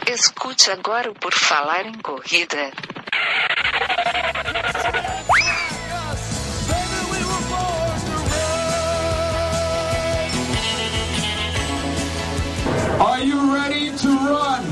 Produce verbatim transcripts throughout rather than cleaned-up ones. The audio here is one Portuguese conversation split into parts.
Escute agora o Por Falar em Corrida. Are you ready to run?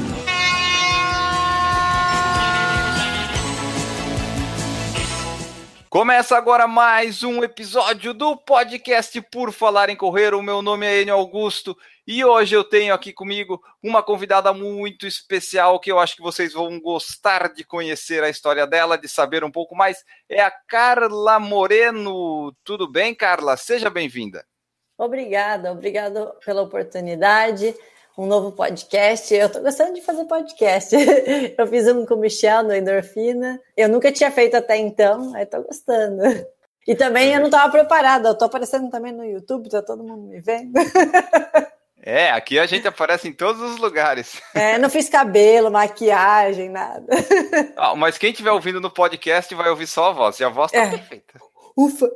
Começa agora mais um episódio do podcast Por Falar em Correr. O meu nome é Enio Augusto e hoje eu tenho aqui comigo uma convidada muito especial que eu acho que vocês vão gostar de conhecer a história dela, de saber um pouco mais. É a Carla Moreno. Tudo bem, Carla? Seja bem-vinda. Obrigada, obrigada pela oportunidade. Um novo podcast. Eu tô gostando de fazer podcast. Eu fiz um com o Michel no Endorfina. Eu nunca tinha feito até então, aí tô gostando. E também eu não tava preparada. Eu tô aparecendo também no YouTube, tá todo mundo me vendo. É, aqui a gente aparece em todos os lugares. É, não fiz cabelo, maquiagem, nada. Ah, mas quem estiver ouvindo no podcast vai ouvir só a voz. E a voz tá é. perfeita. Ufa!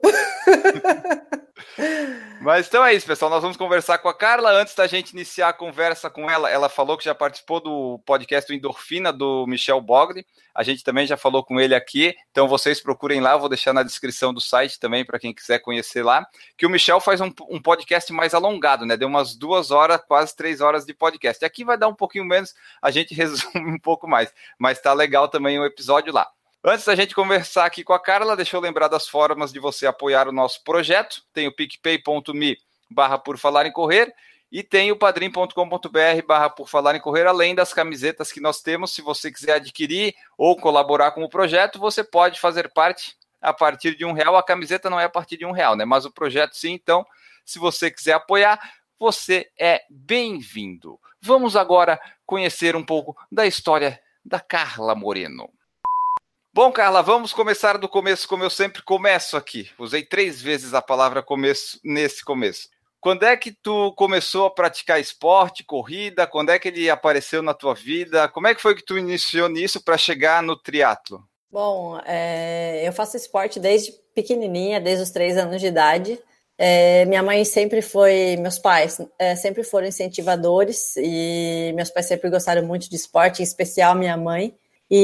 Mas então é isso, pessoal. Nós vamos conversar com a Carla. Antes da gente iniciar a conversa com ela, ela falou que já participou do podcast do Endorfina, do Michel Bogli. A gente também já falou com ele aqui. Então vocês procurem lá. Eu vou deixar na descrição do site também, para quem quiser conhecer lá. Que o Michel faz um, um podcast mais alongado, né? Deu umas duas horas, quase três horas de podcast. Aqui vai dar um pouquinho menos, a gente resume um pouco mais. Mas tá legal também o episódio lá. Antes da gente conversar aqui com a Carla, deixa eu lembrar das formas de você apoiar o nosso projeto. Tem o picpay.me barra por falar em correr e tem o padrim.com.br barra por falar em correr, além das camisetas que nós temos. Se você quiser adquirir ou colaborar com o projeto, você pode fazer parte a partir de um real. A camiseta não é a partir de um real, né? Mas o projeto sim. Então, se você quiser apoiar, você é bem-vindo. Vamos agora conhecer um pouco da história da Carla Moreno. Bom, Carla, vamos começar do começo, como eu sempre começo aqui. Usei três vezes a palavra começo nesse começo. Quando é que tu começou a praticar esporte, corrida? Quando é que ele apareceu na tua vida? Como é que foi que tu iniciou nisso para chegar no triatlo? Bom, é, eu faço esporte desde pequenininha, desde os três anos de idade. É, minha mãe sempre foi, meus pais é, sempre foram incentivadores e meus pais sempre gostaram muito de esporte, em especial minha mãe.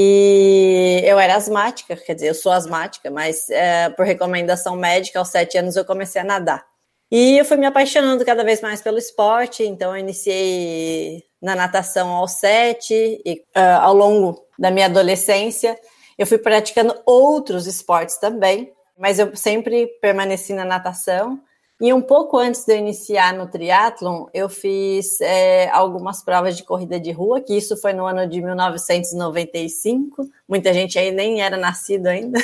E eu era asmática, quer dizer, eu sou asmática, mas é, por recomendação médica, aos sete anos eu comecei a nadar. E eu fui me apaixonando cada vez mais pelo esporte, então eu iniciei na natação aos sete, e uh, ao longo da minha adolescência eu fui praticando outros esportes também, mas eu sempre permaneci na natação. E um pouco antes de eu iniciar no triatlon, eu fiz é, algumas provas de corrida de rua, que isso foi no ano de mil novecentos e noventa e cinco. Muita gente aí nem era nascido ainda.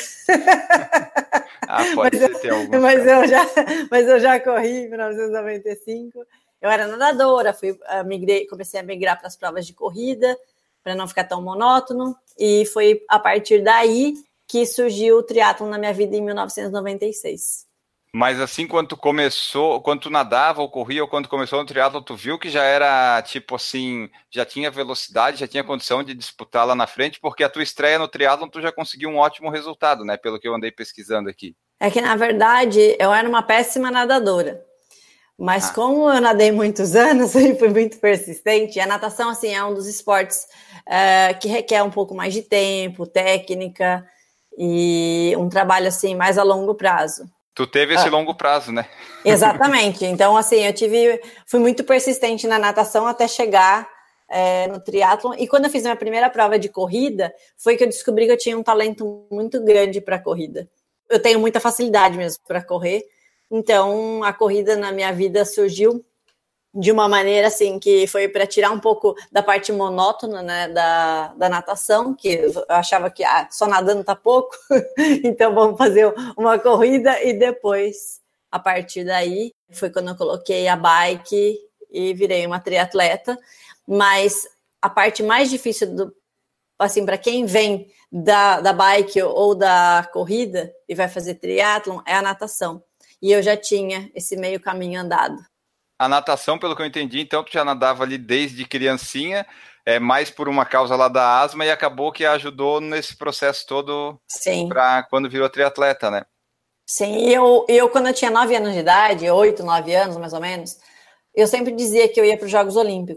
Ah, pode mas ser, ter eu, mas, eu já, mas eu já corri em mil novecentos e noventa e cinco. Eu era nadadora, fui, uh, migrei, comecei a migrar para as provas de corrida, para não ficar tão monótono. E foi a partir daí que surgiu o triatlon na minha vida em mil novecentos e noventa e seis. Mas assim, quando tu começou, quando tu nadava ou corria, ou quando começou no triatlo, tu viu que já era, tipo assim, já tinha velocidade, já tinha condição de disputar lá na frente, porque a tua estreia no triatlo tu já conseguiu um ótimo resultado, né, pelo que eu andei pesquisando aqui. É que, na verdade, eu era uma péssima nadadora, mas ah. como eu nadei muitos anos e fui muito persistente, a natação, assim, é um dos esportes uh, que requer um pouco mais de tempo, técnica e um trabalho, assim, mais a longo prazo. Tu teve esse ah, longo prazo, né? Exatamente. Então, assim, eu tive, fui muito persistente na natação até chegar é, no triatlon. E quando eu fiz minha primeira prova de corrida, foi que eu descobri que eu tinha um talento muito grande para corrida. Eu tenho muita facilidade mesmo para correr. Então, a corrida na minha vida surgiu de uma maneira, assim, que foi para tirar um pouco da parte monótona, né, da, da natação, que eu achava que ah, só nadando tá pouco, então vamos fazer uma corrida, e depois, a partir daí, foi quando eu coloquei a bike e virei uma triatleta. Mas a parte mais difícil, do, assim, para quem vem da, da bike ou da corrida e vai fazer triatlon, é a natação. E eu já tinha esse meio caminho andado. A natação, pelo que eu entendi, então tu já nadava ali desde criancinha, é, mais por uma causa lá da asma, e acabou que ajudou nesse processo todo para quando virou triatleta, né? Sim, eu, eu quando eu tinha nove anos de idade, oito, nove anos mais ou menos, eu sempre dizia que eu ia para os Jogos Olímpicos.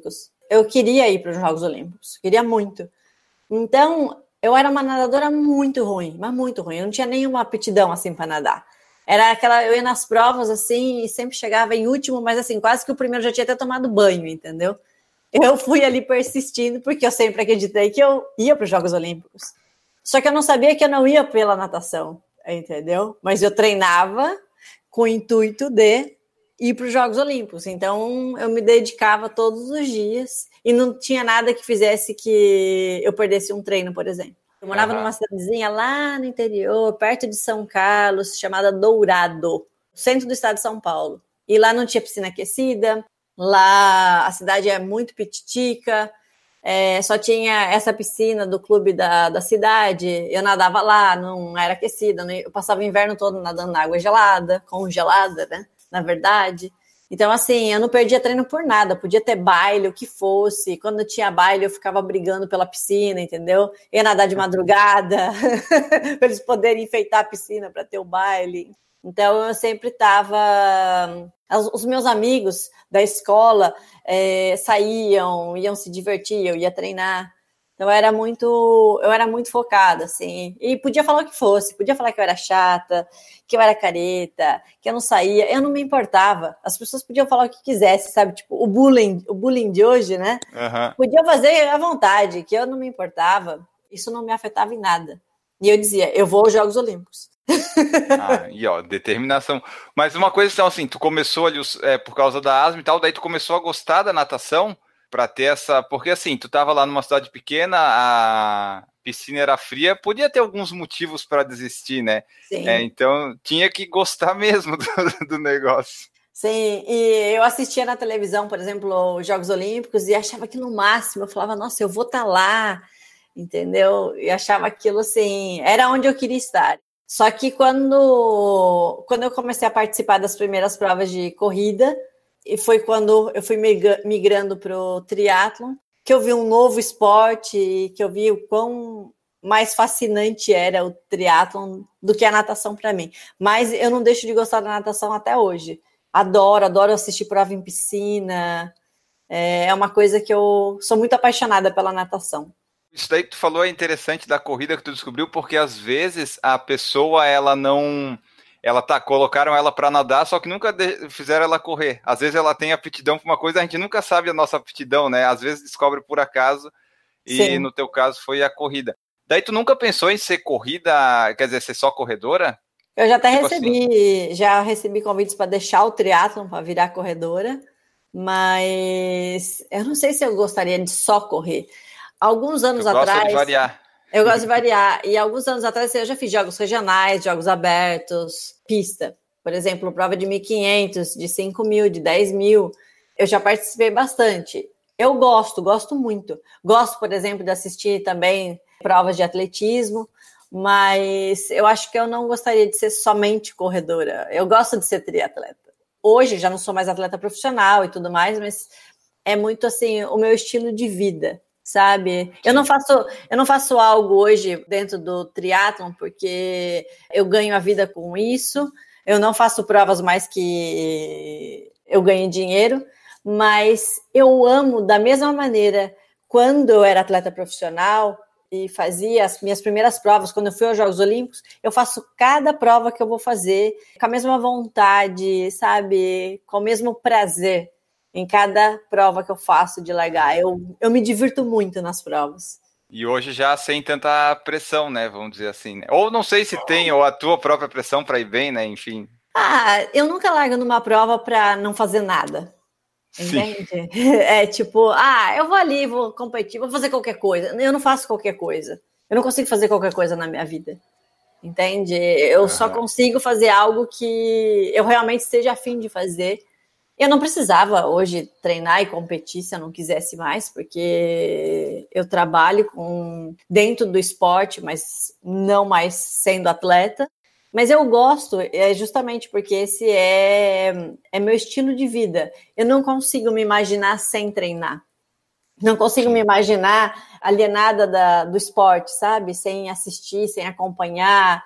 eu queria ir para os Jogos Olímpicos, queria muito. Então, eu era uma nadadora muito ruim, mas muito ruim. Eu não tinha nenhuma aptidão, assim, para nadar. Era aquela, eu ia nas provas, assim, e sempre chegava em último, mas, assim, quase que o primeiro já tinha até tomado banho, entendeu? Eu fui ali persistindo, porque eu sempre acreditei que eu ia para os Jogos Olímpicos. Só que eu não sabia que eu não ia pela natação, entendeu? Mas eu treinava com o intuito de ir para os Jogos Olímpicos. Então, eu me dedicava todos os dias e não tinha nada que fizesse que eu perdesse um treino, por exemplo. Eu morava uhum. numa cidadezinha lá no interior, perto de São Carlos, chamada Dourado, centro do estado de São Paulo. E lá não tinha piscina aquecida, lá a cidade é muito pititica, é, só tinha essa piscina do clube da, da cidade. Eu nadava lá, não era aquecida, eu passava o inverno todo nadando na água gelada, congelada, né? Na verdade. Então, assim, eu não perdia treino por nada, podia ter baile, o que fosse. Quando tinha baile, eu ficava brigando pela piscina, entendeu? Ia nadar de madrugada, para eles poderem enfeitar a piscina para ter o baile. Então, eu sempre estava... Os meus amigos da escola é, saíam, iam se divertir, eu ia treinar. Então, eu era muito, eu era muito focada, assim. E podia falar o que fosse, podia falar que eu era chata, que eu era careta, que eu não saía, eu não me importava. As pessoas podiam falar o que quisessem, sabe? Tipo, o bullying, o bullying de hoje, né? Uhum. Podiam fazer à vontade, que eu não me importava. Isso não me afetava em nada. E eu dizia, eu vou aos Jogos Olímpicos. Ah, e ó, determinação. Mas uma coisa, então, assim, tu começou ali é, por causa da asma e tal, daí tu começou a gostar da natação pra ter essa... Porque, assim, tu tava lá numa cidade pequena, a piscina era fria, podia ter alguns motivos para desistir, né? Sim. É, então, tinha que gostar mesmo do, do negócio. Sim, e eu assistia na televisão, por exemplo, os Jogos Olímpicos e achava aquilo o máximo. Eu falava, nossa, eu vou estar lá, entendeu? E achava aquilo, assim, era onde eu queria estar. Só que quando, quando eu comecei a participar das primeiras provas de corrida, e foi quando eu fui migrando para o triatlon, que eu vi um novo esporte, que eu vi o quão mais fascinante era o triatlon do que a natação para mim. Mas eu não deixo de gostar da natação até hoje. Adoro, adoro assistir prova em piscina. É uma coisa que eu sou muito apaixonada pela natação. Isso daí que tu falou é interessante da corrida que tu descobriu, porque às vezes a pessoa, ela não... Ela tá, colocaram ela para nadar, só que nunca de... fizeram ela correr. Às vezes ela tem aptidão para uma coisa, a gente nunca sabe a nossa aptidão, né? Às vezes descobre por acaso, e Sim. no teu caso foi a corrida. Daí tu nunca pensou em ser corrida, quer dizer, ser só corredora? Eu já até tipo recebi, assim. já recebi convites para deixar o triatlon, para virar corredora, mas eu não sei se eu gostaria de só correr. Alguns anos tu atrás... gosta de variar. Eu gosto de variar. E alguns anos atrás eu já fiz jogos regionais, jogos abertos, pista. Por exemplo, prova de mil e quinhentos, de cinco mil, de dez mil. Eu já participei bastante. Eu gosto, gosto muito. Gosto, por exemplo, de assistir também provas de atletismo, mas eu acho que eu não gostaria de ser somente corredora. Eu gosto de ser triatleta. Hoje já não sou mais atleta profissional e tudo mais, mas é muito assim o meu estilo de vida. Sabe? Eu não faço, eu não faço algo hoje dentro do triatlon porque eu ganho a vida com isso. Eu não faço provas mais que eu ganho dinheiro, mas eu amo da mesma maneira quando eu era atleta profissional e fazia as minhas primeiras provas, quando eu fui aos Jogos Olímpicos, eu faço cada prova que eu vou fazer com a mesma vontade, sabe? Com o mesmo prazer. Em cada prova que eu faço de largar. Eu, eu me divirto muito nas provas. E hoje já sem tanta pressão, né? Vamos dizer assim. Né? Ou não sei se tem, ou a tua própria pressão para ir bem, né? Enfim. Ah, eu nunca largo numa prova para não fazer nada. Entende? Sim. É tipo, ah, eu vou ali, vou competir, vou fazer qualquer coisa. Eu não faço qualquer coisa. Eu não consigo fazer qualquer coisa na minha vida. Entende? Eu uhum. só consigo fazer algo que eu realmente esteja afim de fazer. Eu não precisava hoje treinar e competir se eu não quisesse mais, porque eu trabalho com, dentro do esporte, mas não mais sendo atleta. Mas eu gosto, é justamente porque esse é, é meu estilo de vida. Eu não consigo me imaginar sem treinar. Não consigo me imaginar alienada da, do esporte, sabe? Sem assistir, sem acompanhar.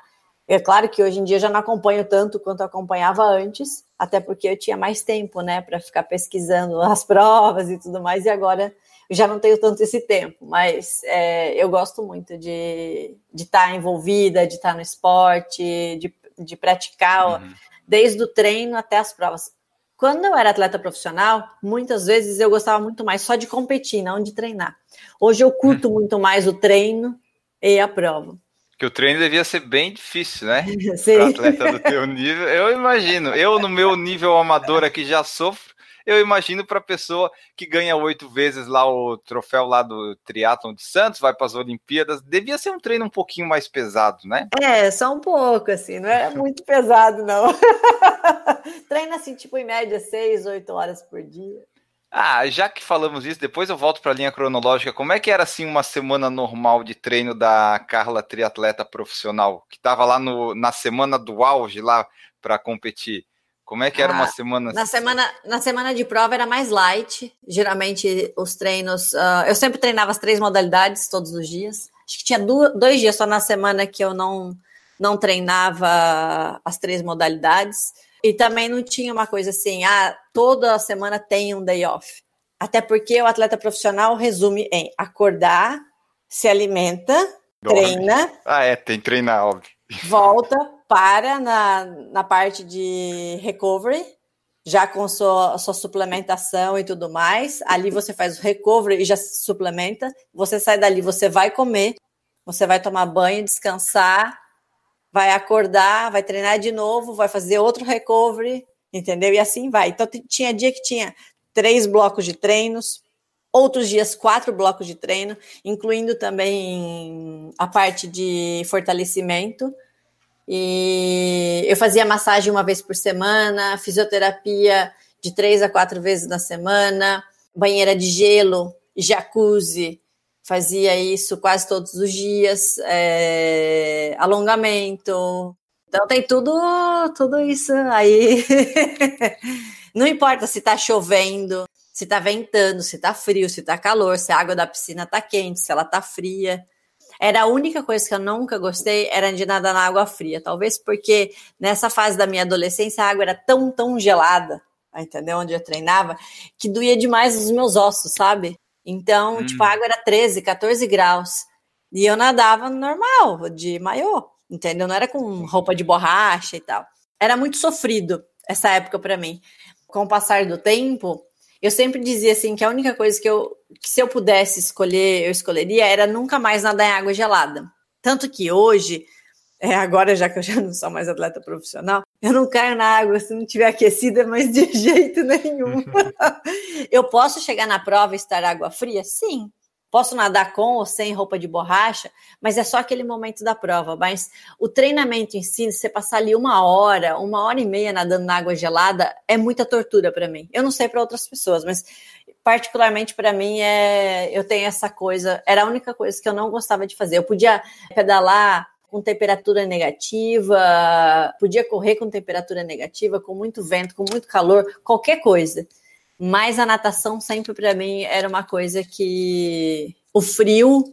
É claro que hoje em dia eu já não acompanho tanto quanto eu acompanhava antes, até porque eu tinha mais tempo, né, para ficar pesquisando as provas e tudo mais, e agora eu já não tenho tanto esse tempo, mas é, eu gosto muito de estar tá envolvida, de estar tá no esporte, de, de praticar, uhum. desde o treino até as provas. Quando eu era atleta profissional, muitas vezes eu gostava muito mais só de competir, não de treinar. Hoje eu curto uhum. muito mais o treino e a prova. Porque o treino devia ser bem difícil, né? Para atleta do teu nível. Eu imagino. Eu, no meu nível amador aqui, já sofro. Eu imagino para a pessoa que ganha oito vezes lá o troféu lá do triatlon de Santos, vai para as Olimpíadas. Devia ser um treino um pouquinho mais pesado, né? É, só um pouco, assim. Não era muito pesado, não. Treina, assim, tipo, em média, seis, oito horas por dia. Ah, já que falamos isso, depois eu volto para a linha cronológica. Como é que era assim uma semana normal de treino da Carla triatleta profissional, que estava lá no, na semana do auge lá para competir? Como é que era ah, uma semana? Na semana na semana de prova era mais light. Geralmente os treinos, uh, eu sempre treinava as três modalidades todos os dias. Acho que tinha do, dois dias só na semana que eu não não treinava as três modalidades. E também não tinha uma coisa assim, ah, toda semana tem um day off. Até porque o atleta profissional resume em acordar, se alimenta, Dorme. treina. Ah, é, tem que treinar, óbvio. Volta, para na, na parte de recovery, já com sua, sua suplementação e tudo mais. Ali você faz o recovery e já se suplementa. Você sai dali, você vai comer, você vai tomar banho, descansar, vai acordar, vai treinar de novo, vai fazer outro recovery, entendeu? E assim vai. Então, tinha dia que tinha três blocos de treinos, outros dias quatro blocos de treino, incluindo também a parte de fortalecimento. E eu fazia massagem uma vez por semana, fisioterapia de três a quatro vezes na semana, banheira de gelo, jacuzzi, fazia isso quase todos os dias, é, alongamento. Então tem tudo, tudo isso aí. Não importa se tá chovendo, se tá ventando, se tá frio, se tá calor, se a água da piscina tá quente, se ela tá fria. Era a única coisa que eu nunca gostei, era de nadar na água fria. Talvez porque nessa fase da minha adolescência a água era tão, tão gelada, entendeu? Onde eu treinava, que doía demais os meus ossos, sabe? Então, hum. tipo, a água era treze, quatorze graus. E eu nadava normal, de maiô, entendeu? Não era com roupa de borracha e tal. Era muito sofrido essa época pra mim. Com o passar do tempo, eu sempre dizia assim que a única coisa que eu, que se eu pudesse escolher, eu escolheria, era nunca mais nadar em água gelada. Tanto que hoje, é, agora já que eu já não sou mais atleta profissional, eu não caio na água se não estiver aquecida, mas de jeito nenhum. Eu posso chegar na prova e estar água fria? Sim. Posso nadar com ou sem roupa de borracha, mas é só aquele momento da prova. Mas o treinamento em si, você passar ali uma hora, uma hora e meia nadando na água gelada, é muita tortura para mim. Eu não sei para outras pessoas, mas particularmente para mim, é, eu tenho essa coisa, era a única coisa que eu não gostava de fazer. Eu podia pedalar com temperatura negativa, podia correr com temperatura negativa, com muito vento, com muito calor, qualquer coisa. Mas a natação sempre para mim era uma coisa que o frio,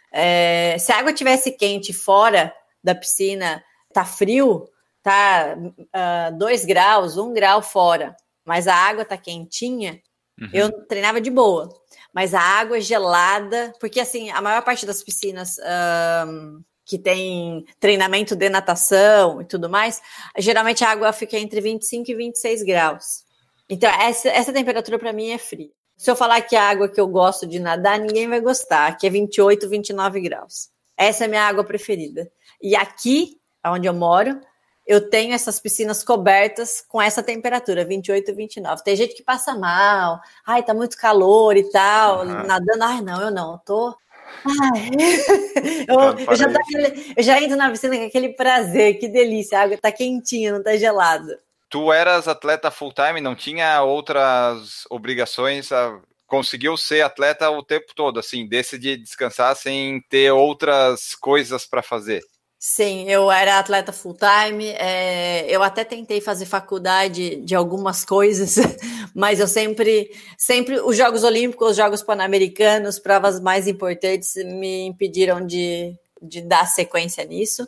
é, se a água tivesse quente fora da piscina, tá frio, tá uh, dois graus, um grau fora, mas a água tá quentinha, uhum. Eu treinava de boa. Mas a água gelada, porque assim, a maior parte das piscinas um, que tem treinamento de natação e tudo mais, geralmente a água fica entre vinte e cinco e vinte e seis graus. Então, essa, essa temperatura para mim é fria. Se eu falar que a água que eu gosto de nadar, ninguém vai gostar, que é vinte e oito, vinte e nove graus. Essa é a minha água preferida. E aqui, onde eu moro, eu tenho essas piscinas cobertas com essa temperatura, vinte e oito, vinte e nove. Tem gente que passa mal, ai, tá muito calor e tal, uhum. nadando. Ai, não, eu não, eu tô... Ai. eu, eu, já tô aquele, eu já entro na piscina com aquele prazer, que delícia, a água tá quentinha, não tá gelada. Tu eras atleta full time, não tinha outras obrigações, conseguiu ser atleta o tempo todo, assim, decidi descansar sem ter outras coisas para fazer? Sim, eu era atleta full time, é, eu até tentei fazer faculdade de algumas coisas, mas eu sempre, sempre, os Jogos Olímpicos, os Jogos Pan-Americanos, provas mais importantes me impediram de, de dar sequência nisso.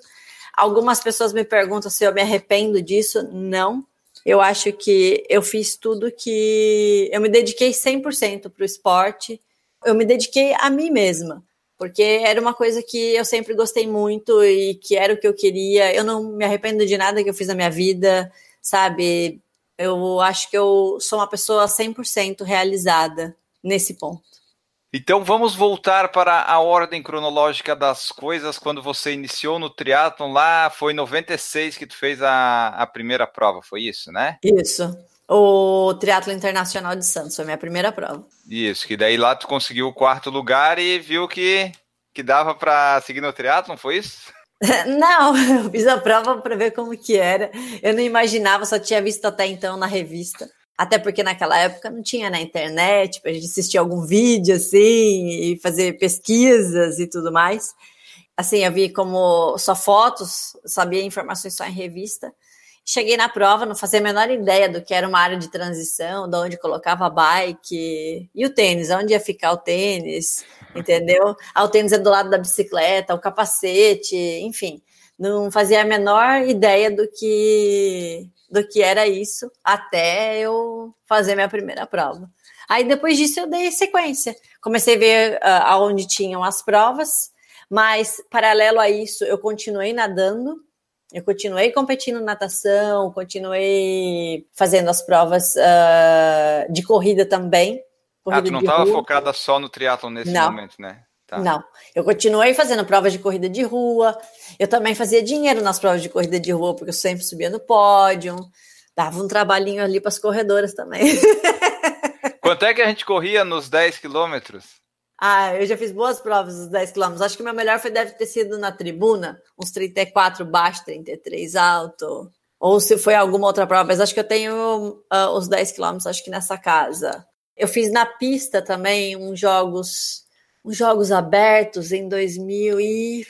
Algumas pessoas me perguntam se eu me arrependo disso. Não. Eu acho que eu fiz tudo que... Eu me dediquei cem por cento para o esporte. Eu me dediquei a mim mesma. Porque era uma coisa que eu sempre gostei muito e que era o que eu queria. Eu não me arrependo de nada que eu fiz na minha vida, sabe? Eu acho que eu sou uma pessoa cem por cento realizada nesse ponto. Então vamos voltar para a ordem cronológica das coisas. Quando você iniciou no triatlon lá, foi em noventa e seis que tu fez a, a primeira prova, foi isso, né? Isso. O Triatlon Internacional de Santos foi a minha primeira prova. Isso, que daí lá tu conseguiu o quarto lugar e viu que, que dava para seguir no triatlon, foi isso? Não, eu fiz a prova para ver como que era. Eu não imaginava, só tinha visto até então na revista. Até porque naquela época não tinha na internet, para a gente assistir algum vídeo assim e fazer pesquisas e tudo mais. Assim, eu vi como só fotos, sabia informações só em revista. Cheguei na prova, não fazia a menor ideia do que era uma área de transição, de onde colocava a bike. E o tênis, onde ia ficar o tênis, entendeu? Ah, o tênis é do lado da bicicleta, o capacete, enfim. Não fazia a menor ideia do que, do que era isso, até eu fazer minha primeira prova. Aí, depois disso, eu dei sequência. Comecei a ver uh, aonde tinham as provas, mas, paralelo a isso, eu continuei nadando. Eu continuei competindo natação, continuei fazendo as provas uh, de corrida também. Corrida ah, tu não estava focada só no triatlon nesse não. momento, né? Tá. Não, eu continuei fazendo provas de corrida de rua, eu também fazia dinheiro nas provas de corrida de rua, porque eu sempre subia no pódio, dava um trabalhinho ali para as corredoras também. Quanto é que a gente corria nos dez quilômetros? Ah, eu já fiz boas provas dos dez quilômetros. Acho que o meu melhor foi, deve ter sido na tribuna, uns trinta e quatro baixo, trinta e três alto. Ou se foi alguma outra prova, mas acho que eu tenho uh, os dez quilômetros, acho que nessa casa. Eu fiz na pista também uns jogos, uns jogos abertos em dois mil e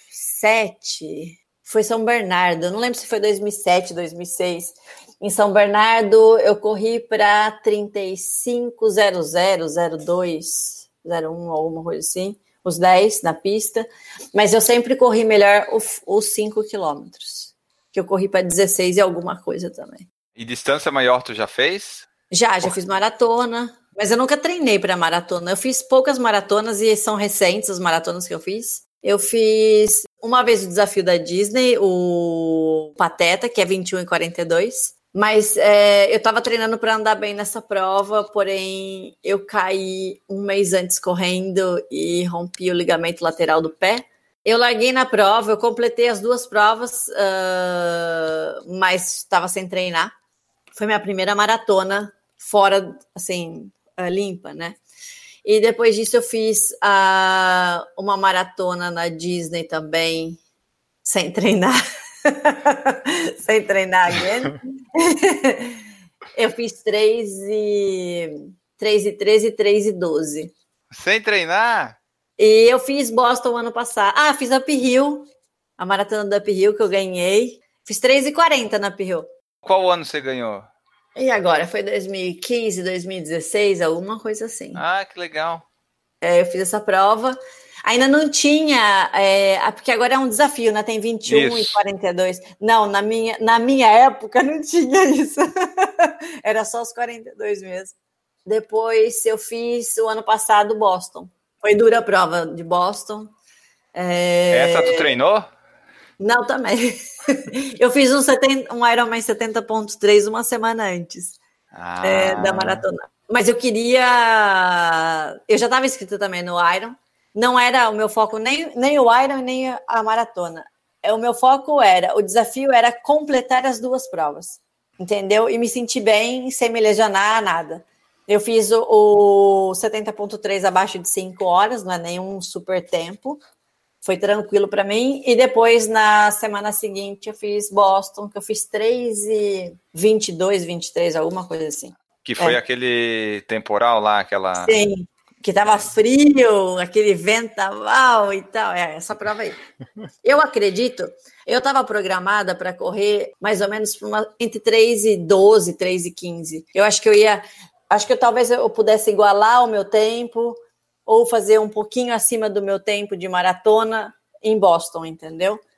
sete. Foi São Bernardo, eu não lembro se foi dois mil e sete, dois mil e seis. Em São Bernardo, eu corri para trinta e cinco zero zero zero dois. zero um, alguma coisa assim, os dez na pista, mas eu sempre corri melhor os cinco quilômetros, que eu corri para dezesseis e alguma coisa também. E distância maior tu já fez? Já, já fiz maratona, mas eu nunca treinei para maratona, eu fiz poucas maratonas e são recentes as maratonas que eu fiz. Eu fiz uma vez o desafio da Disney, o Pateta, que é vinte e um e quarenta e dois, mas é, eu estava treinando para andar bem nessa prova, porém eu caí um mês antes correndo e rompi o ligamento lateral do pé. Eu larguei na prova, eu completei as duas provas, uh, mas estava sem treinar. Foi minha primeira maratona fora, assim, uh, limpa, né? E depois disso eu fiz uh, uma maratona na Disney também, sem treinar. Sem treinar again. Eu fiz três e treze e três e doze. Sem treinar? E eu fiz Boston ano passado. Ah, fiz Up Hill, a maratona do Up Hill que eu ganhei. Fiz três e quarenta na Up Hill. Qual ano você ganhou? E agora? Foi dois mil e quinze, dois mil e dezesseis, alguma coisa assim. Ah, que legal. É, eu fiz essa prova. Ainda não tinha, é, porque agora é um desafio, né? Tem vinte e um isso. E quarenta e dois. Não, na minha, na minha época não tinha isso. Era só os quarenta e dois mesmo. Depois eu fiz o ano passado Boston. Foi dura a prova de Boston. É... Essa tu treinou? Não, também. Eu fiz um, setenta, um Ironman setenta ponto três uma semana antes ah. é, da maratona. Mas eu queria... Eu já estava inscrita também no Iron. Não era o meu foco nem, nem o Iron nem a maratona. O meu foco era, o desafio era completar as duas provas, entendeu? E me sentir bem, sem me lesionar, nada. Eu fiz o, o setenta ponto três abaixo de cinco horas, não é nenhum super tempo. Foi tranquilo para mim. E depois, na semana seguinte, eu fiz Boston, que eu fiz três e vinte e dois, vinte e três, alguma coisa assim. Que foi é. aquele temporal lá, aquela... Sim. Que tava frio, aquele ventaval e tal, é essa prova aí. Eu acredito, eu estava programada para correr mais ou menos uma, entre três e doze, três e quinze. Eu acho que eu ia, acho que eu, talvez eu pudesse igualar o meu tempo ou fazer um pouquinho acima do meu tempo de maratona em Boston, entendeu?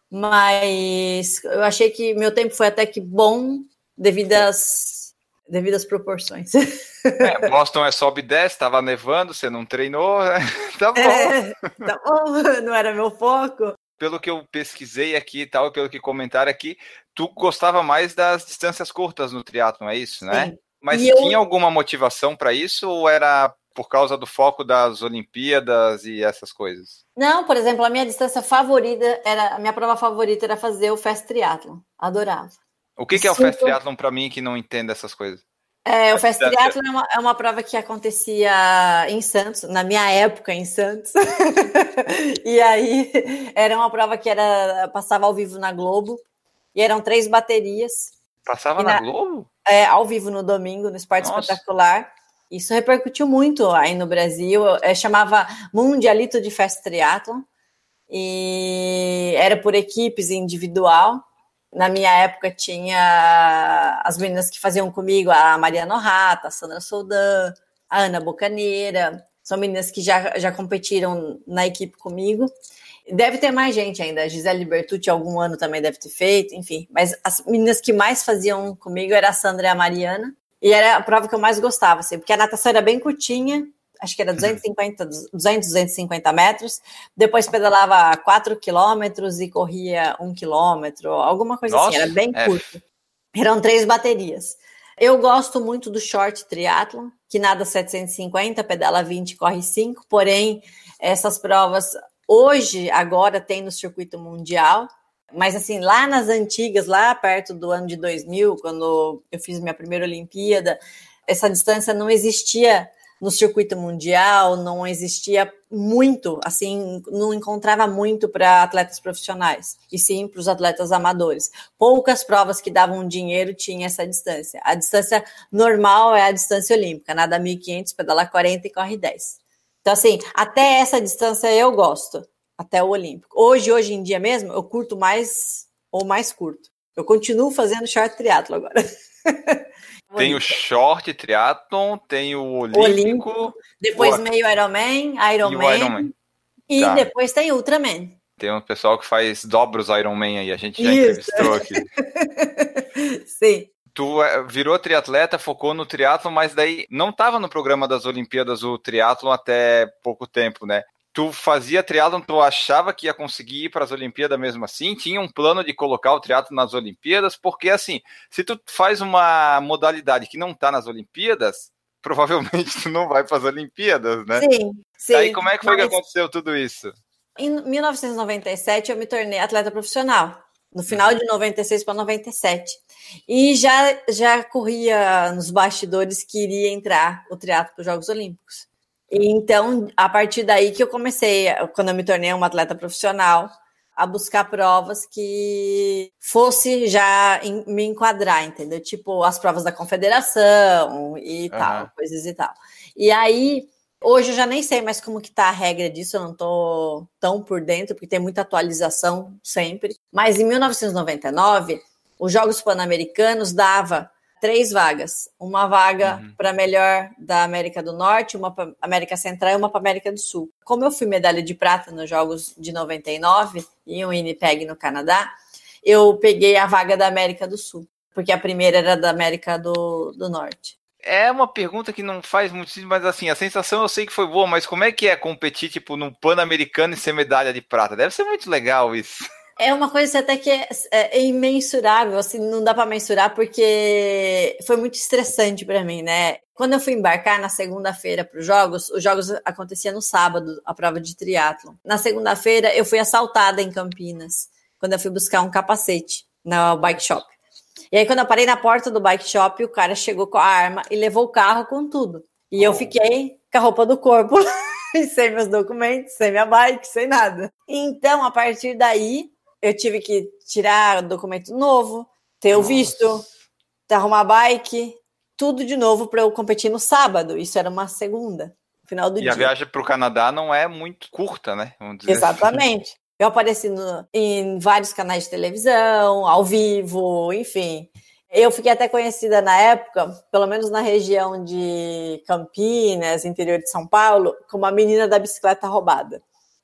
mas eu achei que meu tempo foi até que bom devido às, devido às proporções. É, Boston é sobe e desce, estava nevando, você não treinou, né? Tá bom. É, tá bom, não era meu foco. Pelo que eu pesquisei aqui e tal, pelo que comentaram aqui, tu gostava mais das distâncias curtas no triatlon, é isso, né? Sim. Mas E tinha eu... alguma motivação para isso ou era por causa do foco das Olimpíadas e essas coisas? Não, por exemplo, a minha distância favorita era, a minha prova favorita era fazer o Fast Triathlon. Adorava. O que, que é o Fast Triathlon para mim que não entende essas coisas? É, o Fast Triathlon é uma, é uma prova que acontecia em Santos, na minha época em Santos. E aí era uma prova que era, passava ao vivo na Globo. E eram três baterias. Passava na, na Globo? É, ao vivo no domingo, no Esporte Nossa. Espetacular. Isso repercutiu muito aí no Brasil. É, chamava Mundialito de Fast Triathlon. E era por equipes individual. Na minha época tinha as meninas que faziam comigo, a Mariana Orrata, a Sandra Soldan, a Ana Bocaneira. São meninas que já, já competiram na equipe comigo. Deve ter mais gente ainda. A Gisele Bertucci algum ano também deve ter feito, enfim. Mas as meninas que mais faziam comigo era a Sandra e a Mariana. E era a prova que eu mais gostava, assim, porque a natação era bem curtinha. Acho que era duzentos e cinquenta, duzentos, duzentos e cinquenta metros, depois pedalava quatro quilômetros e corria um quilômetro, alguma coisa Nossa, assim, era bem é. curto. Eram três baterias. Eu gosto muito do short triathlon, que nada setecentos e cinquenta, pedala vinte, corre cinco, porém, essas provas hoje, agora, tem no circuito mundial, mas assim, lá nas antigas, lá perto do ano de dois mil, quando eu fiz minha primeira Olimpíada, essa distância não existia no circuito mundial, não existia muito, assim, não encontrava muito para atletas profissionais, e sim para os atletas amadores. Poucas provas que davam dinheiro tinham essa distância. A distância normal é a distância olímpica, nada mil e quinhentos, pedalar quarenta e corre dez. Então, assim, até essa distância eu gosto, até o olímpico. Hoje, hoje em dia mesmo, eu curto mais, ou mais curto. Eu continuo fazendo short triatlo agora. Tem o short triatlon, tem o olímpico. olímpico depois o... meio Ironman, Ironman. E, Ironman. e tá. Depois tem Ultraman. Tem um pessoal que faz dobra os Ironman aí, a gente já Isso. entrevistou aqui. Sim. Tu virou triatleta, focou no triatlon, mas daí não estava no programa das Olimpíadas o triatlon até pouco tempo, né? Tu fazia triatlon, tu achava que ia conseguir ir para as Olimpíadas mesmo assim? Tinha um plano de colocar o triatlon nas Olimpíadas? Porque, assim, se tu faz uma modalidade que não está nas Olimpíadas, provavelmente tu não vai para as Olimpíadas, né? Sim, sim. Aí como é que foi Mas... que aconteceu tudo isso? Em mil novecentos e noventa e sete, eu me tornei atleta profissional. No final de noventa e seis para noventa e sete. E já, já corria nos bastidores que iria entrar o triatlo para os Jogos Olímpicos. Então, a partir daí que eu comecei, quando eu me tornei uma atleta profissional, a buscar provas que fosse já em, me enquadrar, entendeu? Tipo, as provas da confederação e uhum. tal, coisas e tal. E aí, hoje eu já nem sei mais como que tá a regra disso, eu não tô tão por dentro, porque tem muita atualização sempre. Mas em mil novecentos e noventa e nove, os Jogos Pan-Americanos dava três vagas. Uma vaga uhum. para melhor da América do Norte, uma para América Central e uma para América do Sul. Como eu fui medalha de prata nos Jogos de noventa e nove, em Winnipeg, no Canadá, eu peguei a vaga da América do Sul, porque a primeira era da América do, do Norte. É uma pergunta que não faz muito sentido, mas assim, a sensação eu sei que foi boa, mas como é que é competir, tipo, num Pan-Americano e ser medalha de prata? Deve ser muito legal isso. É uma coisa até que é, é imensurável, assim, não dá para mensurar porque foi muito estressante para mim, né? Quando eu fui embarcar na segunda-feira para os Jogos, os Jogos aconteciam no sábado, a prova de triatlon. Na segunda-feira eu fui assaltada em Campinas, quando eu fui buscar um capacete no bike shop. E aí quando eu parei na porta do bike shop, o cara chegou com a arma e levou o carro com tudo. E eu fiquei com a roupa do corpo, sem meus documentos, sem minha bike, sem nada. Então, a partir daí, eu tive que tirar o documento novo, ter o visto, arrumar a bike, tudo de novo para eu competir no sábado. Isso era uma segunda, no final do e dia. E a viagem para o Canadá não é muito curta, né? Vamos dizer Exatamente. Assim. Eu apareci no, em vários canais de televisão, ao vivo, enfim. Eu fiquei até conhecida na época, pelo menos na região de Campinas, interior de São Paulo, como a menina da bicicleta roubada.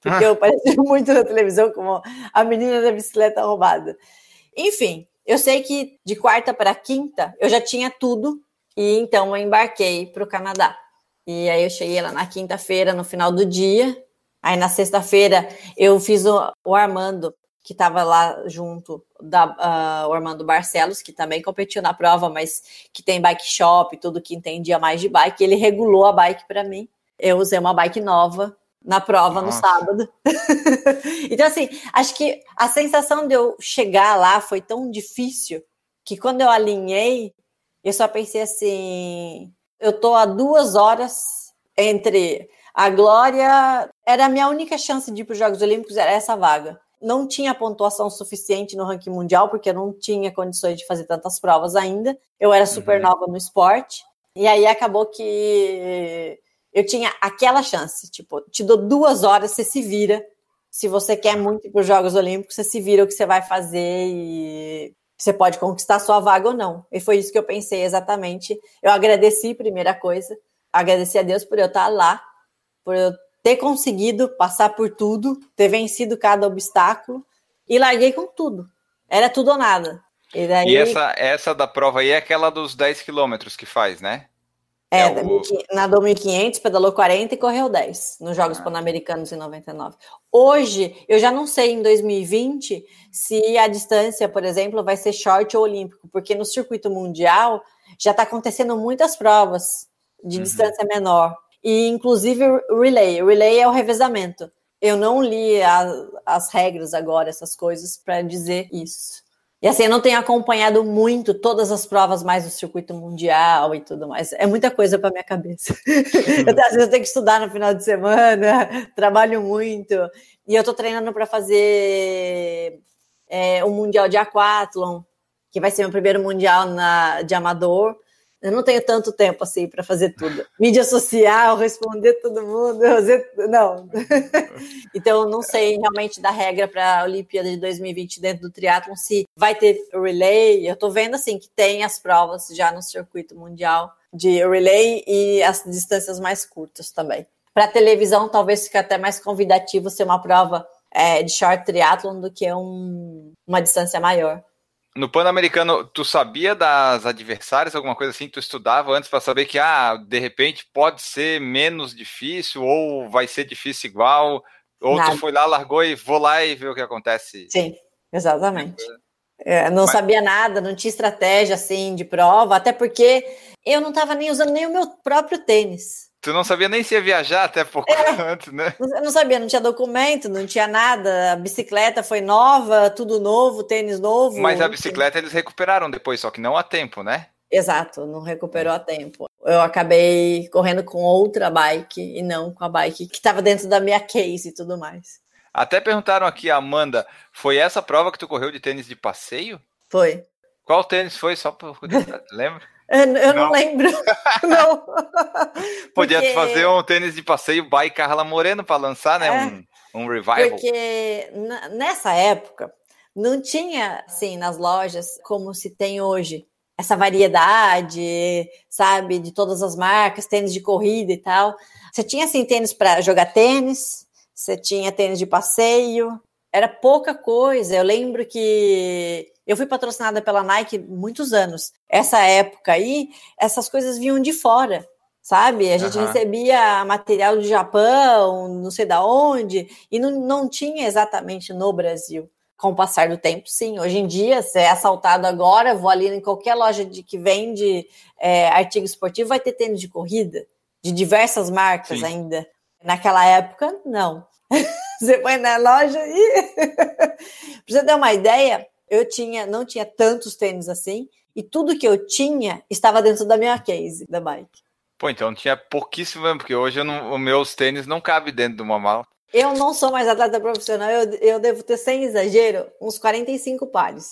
porque eu parecia muito na televisão como a menina da bicicleta roubada. Enfim, eu sei que de quarta para quinta eu já tinha tudo, e então eu embarquei para o Canadá. E aí eu cheguei lá na quinta-feira, no final do dia. Aí na sexta-feira eu fiz o, o Armando, que estava lá junto, da, uh, o Armando Barcelos, que também competiu na prova, mas que tem bike shop, tudo que entendia mais de bike. Ele regulou a bike para mim. Eu usei uma bike nova na prova Nossa. no sábado. Então, assim, acho que a sensação de eu chegar lá foi tão difícil que quando eu alinhei, eu só pensei assim, eu tô a duas horas entre a Glória, era a minha única chance de ir para os Jogos Olímpicos, era essa vaga. Não tinha pontuação suficiente no ranking mundial, porque eu não tinha condições de fazer tantas provas ainda. Eu era super uhum. nova no esporte. E aí acabou que eu tinha aquela chance. Tipo, te dou duas horas, você se vira. Se você quer muito ir para os Jogos Olímpicos, você se vira o que você vai fazer e você pode conquistar sua vaga ou não. E foi isso que eu pensei exatamente. Eu agradeci, primeira coisa. Agradeci a Deus por eu estar lá, por eu ter conseguido passar por tudo, ter vencido cada obstáculo e larguei com tudo. Era tudo ou nada. E, daí... e essa, essa da prova aí é aquela dos dez quilômetros que faz, né? É, é o... nadou mil e quinhentos, pedalou quarenta e correu dez nos Jogos ah. Pan-Americanos em noventa e nove. Hoje, eu já não sei em dois mil e vinte se a distância, por exemplo, vai ser short ou olímpico, porque no circuito mundial já está acontecendo muitas provas de uhum. distância menor. E, inclusive, o relay. O relay é o revezamento. Eu não li a, as regras agora, essas coisas, para dizer isso. E, assim, eu não tenho acompanhado muito todas as provas mais do circuito mundial e tudo mais. É muita coisa para minha cabeça. eu, às vezes eu tenho que estudar no final de semana, trabalho muito. E eu estou treinando para fazer é, um mundial de aquatlon, que vai ser meu primeiro mundial na, de amador. Eu não tenho tanto tempo assim para fazer tudo. Mídia social, responder todo mundo, fazer... não. Então, eu não sei realmente da regra para a Olimpíada de dois mil e vinte dentro do triatlon, se vai ter relay. Eu estou vendo assim que tem as provas já no circuito mundial de relay e as distâncias mais curtas também. Para televisão, talvez fique até mais convidativo ser uma prova é, de short triatlon do que um, uma distância maior. No Pan-Americano, tu sabia das adversárias, alguma coisa assim? Tu estudava antes para saber que, ah, de repente pode ser menos difícil ou vai ser difícil igual? Ou Nada. Tu foi lá, largou e vou lá e ver o que acontece? Sim, exatamente. É, não Mas... sabia nada, não tinha estratégia assim de prova, até porque eu não estava nem usando nem o meu próprio tênis. Tu não sabia nem se ia viajar até pouco é, antes, né? Eu não sabia, não tinha documento, não tinha nada. A bicicleta foi nova, tudo novo, tênis novo. Mas a bicicleta eles recuperaram depois, só que não a tempo, né? Exato, não recuperou a tempo. Eu acabei correndo com outra bike e não com a bike que estava dentro da minha case e tudo mais. Até perguntaram aqui, Amanda, foi essa prova que tu correu de tênis de passeio? Foi. Qual tênis foi? Só por curiosidade, lembra? Eu não, não lembro, não. Podia porque... fazer um tênis de passeio by Carla Moreno para lançar, né? É, um, um revival. Porque nessa época não tinha, assim, nas lojas como se tem hoje. Essa variedade, sabe? De todas as marcas, tênis de corrida e tal. Você tinha, assim, tênis para jogar tênis, você tinha tênis de passeio. Era pouca coisa. Eu lembro que... eu fui patrocinada pela Nike muitos anos. Essa época aí, essas coisas vinham de fora, sabe? A gente uhum. recebia material do Japão, não sei da onde, e não, não tinha exatamente no Brasil. Com o passar do tempo, sim. Hoje em dia, se é assaltado agora, vou ali em qualquer loja de, que vende é, artigo esportivo, vai ter tênis de corrida, de diversas marcas sim. ainda. Naquela época, não. Você foi na loja e... Pra você ter uma ideia... Eu tinha, não tinha tantos tênis assim, e tudo que eu tinha estava dentro da minha case, da bike. Pô, então tinha pouquíssimo mesmo, porque hoje eu não, os meus tênis não cabem dentro de uma mala. Eu não sou mais atleta profissional, eu, eu devo ter, sem exagero, uns quarenta e cinco pares.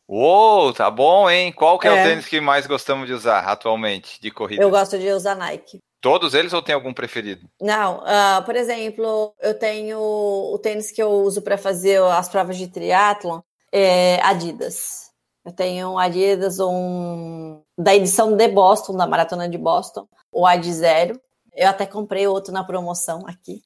Uou, tá bom, hein? Qual que é, é o tênis que mais gostamos de usar atualmente, de corrida? Eu gosto de usar Nike. Todos eles ou tem algum preferido? Não, uh, por exemplo, eu tenho o tênis que eu uso para fazer as provas de triatlon, é Adidas. Eu tenho um Adidas um, da edição de Boston, da Maratona de Boston, o Ad Zero. Eu até comprei outro na promoção aqui,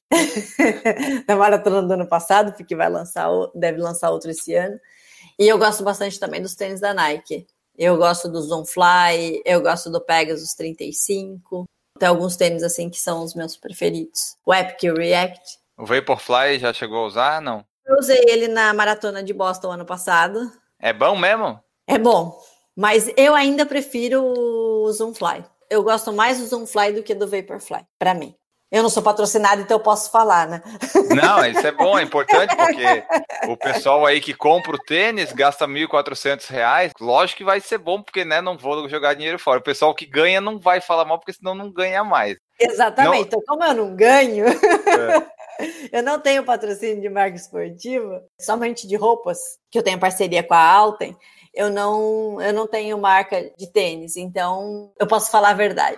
na maratona do ano passado, porque vai lançar, deve lançar outro esse ano. E eu gosto bastante também dos tênis da Nike. Eu gosto do Zoomfly, eu gosto do Pegasus trinta e cinco. Tem alguns tênis assim que são os meus preferidos. O Epic React. O Vaporfly já chegou a usar, não? Eu usei ele na maratona de Boston ano passado. É bom mesmo? É bom, mas eu ainda prefiro o Zoomfly. Eu gosto mais do Zoomfly do que do Vaporfly, pra mim. Eu não sou patrocinada, então eu posso falar, né? Não, isso é bom, é importante, porque o pessoal aí que compra o tênis gasta mil e quatrocentos reais, lógico que vai ser bom, porque né, não vou jogar dinheiro fora. O pessoal que ganha não vai falar mal, porque senão não ganha mais. Exatamente, não... então como eu não ganho, é. eu não tenho patrocínio de marca esportiva, somente de roupas, que eu tenho parceria com a Alten, eu não, eu não tenho marca de tênis, então eu posso falar a verdade.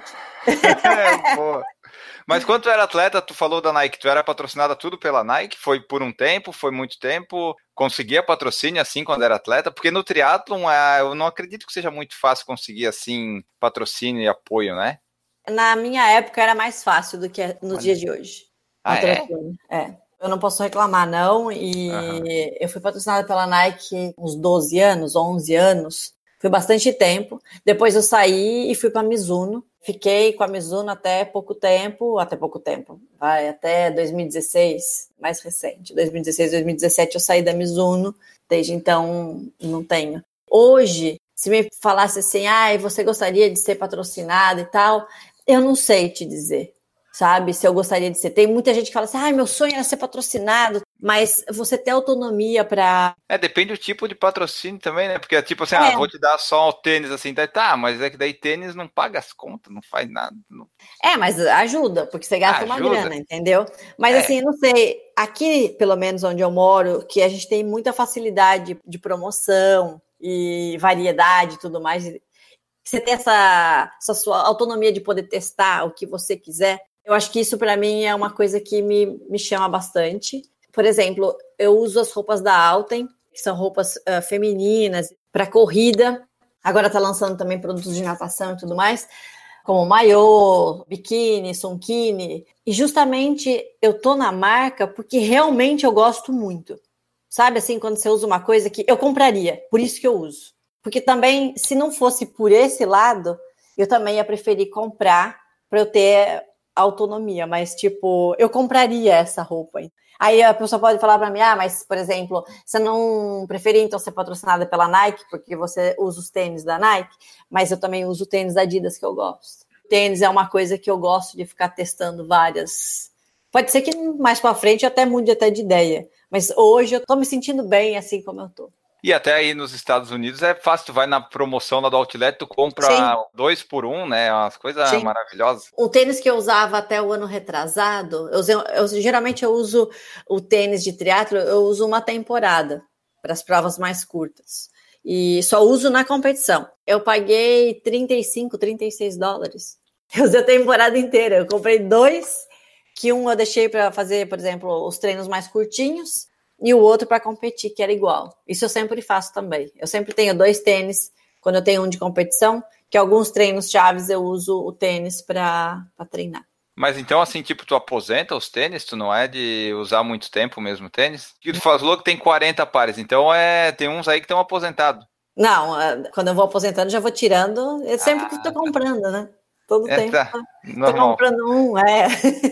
É, boa. Mas quando tu era atleta, tu falou da Nike, tu era patrocinada tudo pela Nike? Foi por um tempo, foi muito tempo? Conseguia patrocínio assim quando era atleta? Porque no triatlon, eu não acredito que seja muito fácil conseguir assim patrocínio e apoio, né? Na minha época era mais fácil do que no Olha. dia de hoje. Ah, é? é? Eu não posso reclamar, não. E uhum. eu fui patrocinada pela Nike uns doze anos, onze anos. Foi bastante tempo. Depois eu saí e fui para a Mizuno. Fiquei com a Mizuno até pouco tempo, até pouco tempo, vai, até dois mil e dezesseis, mais recente. dois mil e dezesseis, dois mil e dezessete eu saí da Mizuno, desde então não tenho. Hoje, se me falasse assim, ah, você gostaria de ser patrocinado e tal, eu não sei te dizer, sabe, se eu gostaria de ser. Tem muita gente que fala assim, ah, meu sonho era ser patrocinado, mas você ter autonomia para... É, depende do tipo de patrocínio também, né? Porque é tipo assim, é. ah, vou te dar só o tênis assim, daí, tá, mas é que daí tênis não paga as contas, não faz nada. Não... É, mas ajuda, porque você gasta ajuda. uma grana, entendeu? Mas é. assim, não sei, aqui, pelo menos onde eu moro, que a gente tem muita facilidade de promoção e variedade e tudo mais, você tem essa, essa sua autonomia de poder testar o que você quiser, eu acho que isso para mim é uma coisa que me, me chama bastante. Por exemplo, eu uso as roupas da Alten, que são roupas uh, femininas, para corrida. Agora está lançando também produtos de natação e tudo mais, como maiô, biquíni, sunkini. E justamente eu tô na marca porque realmente eu gosto muito. Sabe assim, quando você usa uma coisa que eu compraria, por isso que eu uso. Porque também, se não fosse por esse lado, eu também ia preferir comprar para eu ter autonomia. Mas, tipo, eu compraria essa roupa. Aí a pessoa pode falar para mim, ah, mas, por exemplo, você não preferia, então, ser patrocinada pela Nike, porque você usa os tênis da Nike, mas eu também uso tênis da Adidas que eu gosto. Tênis é uma coisa que eu gosto de ficar testando várias... Pode ser que mais para frente eu até mude até de ideia, mas hoje eu tô me sentindo bem assim como eu tô. E até aí nos Estados Unidos é fácil, tu vai na promoção lá do Outlet, tu compra Sim. dois por um, né, umas coisas Sim. maravilhosas. O tênis que eu usava até o ano retrasado, eu, usei, eu geralmente eu uso o tênis de triatlo, eu uso uma temporada para as provas mais curtas e só uso na competição. Eu paguei trinta e cinco, trinta e seis dólares. Eu usei a temporada inteira, eu comprei dois, que um eu deixei para fazer, por exemplo, os treinos mais curtinhos, e o outro para competir, que era igual. Isso eu sempre faço também. Eu sempre tenho dois tênis, quando eu tenho um de competição, que alguns treinos chaves eu uso o tênis para treinar. Mas então, assim, tipo, tu aposenta os tênis? Tu não é de usar muito tempo o mesmo tênis? E tu falou que tem quarenta pares, então é, tem uns aí que estão aposentados. Não, quando eu vou aposentando, já vou tirando. Eu sempre ah, que estou comprando, né? Todo é, tempo. Tá. Tô comprando um, é.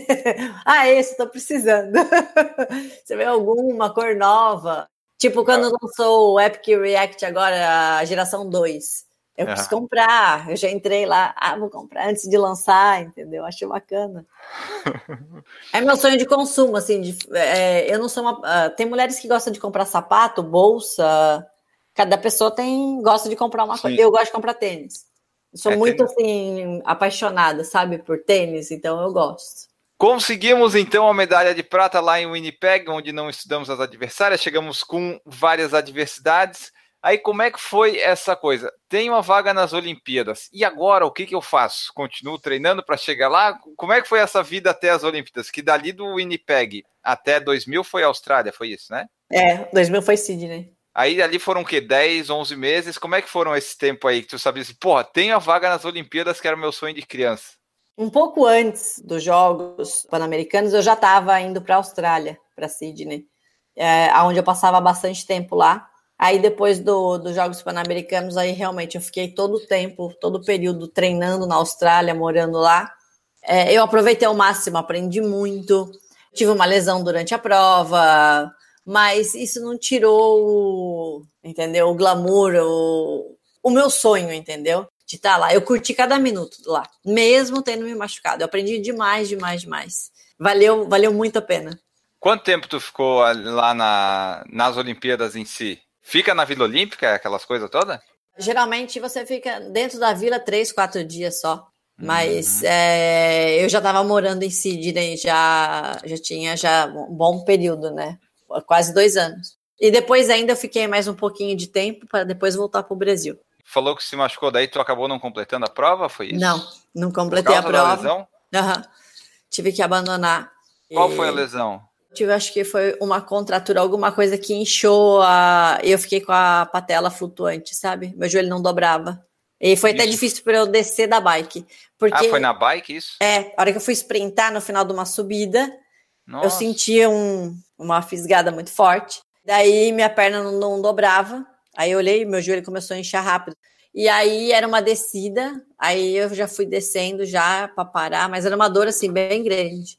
ah, esse, tô precisando. Você vê alguma cor nova? Tipo, quando ah. lançou o Epic React agora, a geração dois. Eu ah. quis comprar, eu já entrei lá. Ah, vou comprar antes de lançar, entendeu? Achei bacana. É meu sonho de consumo, assim. De, é, eu não sou uma... Uh, tem mulheres que gostam de comprar sapato, bolsa. Cada pessoa tem gosta de comprar uma Sim. coisa. Eu gosto de comprar tênis. Sou é, muito, tênis. assim, apaixonada, sabe, por tênis, então eu gosto. Conseguimos, então, a medalha de prata lá em Winnipeg, onde não estudamos as adversárias, chegamos com várias adversidades. Aí, como é que foi essa coisa? Tem uma vaga nas Olimpíadas, e agora o que, que eu faço? Continuo treinando para chegar lá? Como é que foi essa vida até as Olimpíadas? Que dali do Winnipeg até dois mil foi Austrália, foi isso, né? É, dois mil foi Sydney. Aí ali foram o quê? dez, onze meses? Como é que foram esse tempo aí que tu sabia assim, porra, tenho a vaga nas Olimpíadas que era o meu sonho de criança? Um pouco antes dos Jogos Pan-Americanos, eu já estava indo para a Austrália, para Sydney, é, onde eu passava bastante tempo lá. Aí depois do, dos Jogos Pan-Americanos, aí realmente eu fiquei todo o tempo, todo o período treinando na Austrália, morando lá. É, eu aproveitei ao máximo, aprendi muito. Tive uma lesão durante a prova, mas isso não tirou, entendeu, o glamour, o, o meu sonho, entendeu? De estar lá. Eu curti cada minuto lá, mesmo tendo me machucado. Eu aprendi demais, demais, demais. Valeu, valeu muito a pena. Quanto tempo tu ficou lá na, nas Olimpíadas em si? Fica na Vila Olímpica, aquelas coisas todas? Geralmente você fica dentro da vila três, quatro dias só. Mas uhum. é, eu já estava morando em Sydney, já, já tinha já um bom período, né? Quase dois anos. E depois ainda eu fiquei mais um pouquinho de tempo para depois voltar para o Brasil. Falou que se machucou, daí tu acabou não completando a prova, foi isso? Não, não completei a prova. Da lesão? Uhum. Tive que abandonar. Qual e... foi a lesão? Tive, acho que foi uma contratura, alguma coisa que inchou, a... eu fiquei com a patela flutuante, sabe? Meu joelho não dobrava. E foi isso. Até difícil para eu descer da bike. Porque... Ah, foi na bike isso? É, a hora que eu fui sprintar no final de uma subida, Nossa. Eu sentia um, uma fisgada muito forte. Daí minha perna não, não dobrava. Aí eu olhei, meu joelho começou a inchar rápido. E aí era uma descida, aí eu já fui descendo já para parar, mas era uma dor assim bem grande.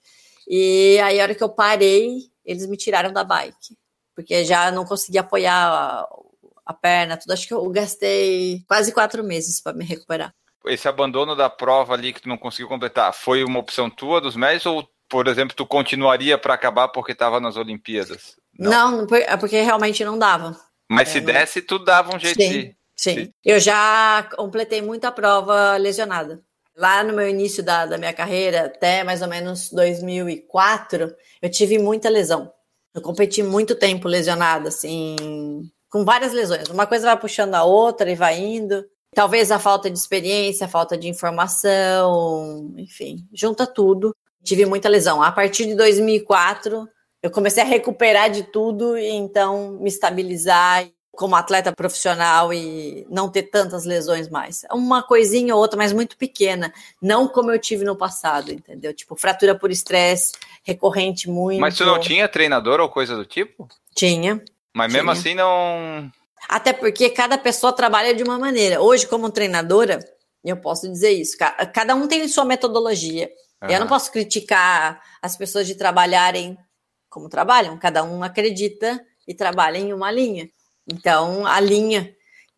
E aí a hora que eu parei, eles me tiraram da bike, porque já não conseguia apoiar a, a perna, tudo. Acho que eu gastei quase quatro meses para me recuperar. Esse abandono da prova ali que tu não conseguiu completar, foi uma opção tua dos médicos ou, por exemplo, tu continuaria para acabar porque estava nas Olimpíadas? Não, não, é porque realmente não dava. Mas é, se não... desse, tu dava um jeito sim, de... Sim, sim. Eu já completei muita prova lesionada. Lá no meu início da, da minha carreira, até mais ou menos dois mil e quatro, eu tive muita lesão. Eu competi muito tempo lesionada, assim, com várias lesões. Uma coisa vai puxando a outra e vai indo. Talvez a falta de experiência, a falta de informação, enfim, junta tudo. Tive muita lesão. A partir de dois mil e quatro, eu comecei a recuperar de tudo e então me estabilizar como atleta profissional e não ter tantas lesões mais. Uma coisinha ou outra, mas muito pequena. Não como eu tive no passado, entendeu? Tipo, fratura por estresse, recorrente muito. Mas tu não tinha treinador ou coisa do tipo? Tinha. Mas tinha. mesmo assim não... Até porque cada pessoa trabalha de uma maneira. Hoje, como treinadora, eu posso dizer isso. Cada um tem sua metodologia. Uhum. Eu não posso criticar as pessoas de trabalharem como trabalham. Cada um acredita e trabalha em uma linha. Então, a linha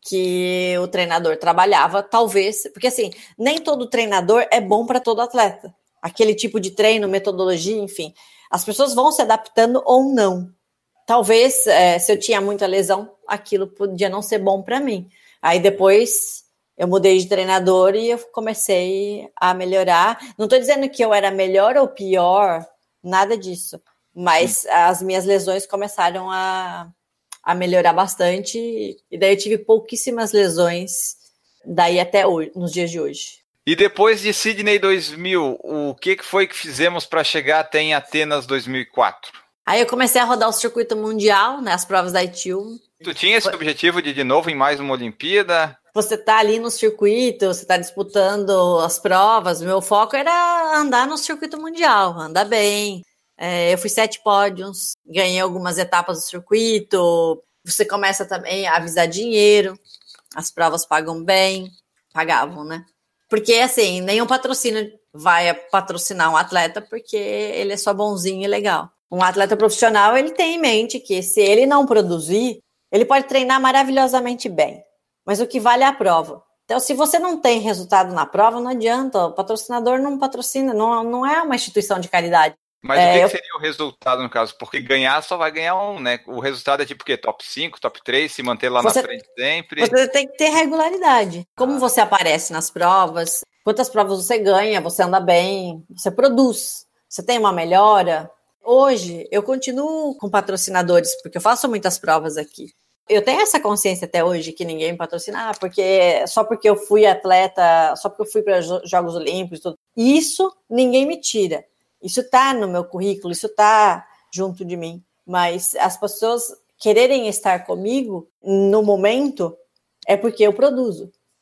que o treinador trabalhava, talvez... Porque, assim, nem todo treinador é bom para todo atleta. Aquele tipo de treino, metodologia, enfim. As pessoas vão se adaptando ou não. Talvez, é, se eu tinha muita lesão, aquilo podia não ser bom para mim. Aí, depois, eu mudei de treinador e eu comecei a melhorar. Não estou dizendo que eu era melhor ou pior, nada disso. Mas Sim. as minhas lesões começaram a... a melhorar bastante, e daí eu tive pouquíssimas lesões daí até hoje, nos dias de hoje. E depois de Sydney dois mil, o que foi que fizemos para chegar até em Atenas dois mil e quatro? Aí eu comecei a rodar o circuito mundial, né, as provas da I T U. Tu tinha esse foi... objetivo de ir de novo em mais uma Olimpíada? Você tá ali no circuito, você tá disputando as provas, meu foco era andar no circuito mundial, andar bem. É, eu fui sete pódios, ganhei algumas etapas do circuito. Você começa também a avisar dinheiro, as provas pagam bem, pagavam, né? Porque, assim, nenhum patrocínio vai patrocinar um atleta porque ele é só bonzinho e legal. Um atleta profissional, ele tem em mente que se ele não produzir, ele pode treinar maravilhosamente bem, mas o que vale é a prova. Então, se você não tem resultado na prova, não adianta, o patrocinador não patrocina, não, não é uma instituição de caridade. Mas é, o que, eu... que seria o resultado no caso? Porque ganhar só vai ganhar um, né? O resultado é tipo o quê? Top cinco, top três, se manter lá você, na frente sempre? Você tem que ter regularidade. Como ah. você aparece nas provas, quantas provas você ganha, você anda bem, você produz, você tem uma melhora. Hoje, eu continuo com patrocinadores, porque eu faço muitas provas aqui. Eu tenho essa consciência até hoje que ninguém me patrocina, ah, porque só porque eu fui atleta, só porque eu fui para os Jogos Olímpicos, tudo. Isso ninguém me tira. Isso está no meu currículo, isso está junto de mim. Mas as pessoas quererem estar comigo no momento é porque eu produzo.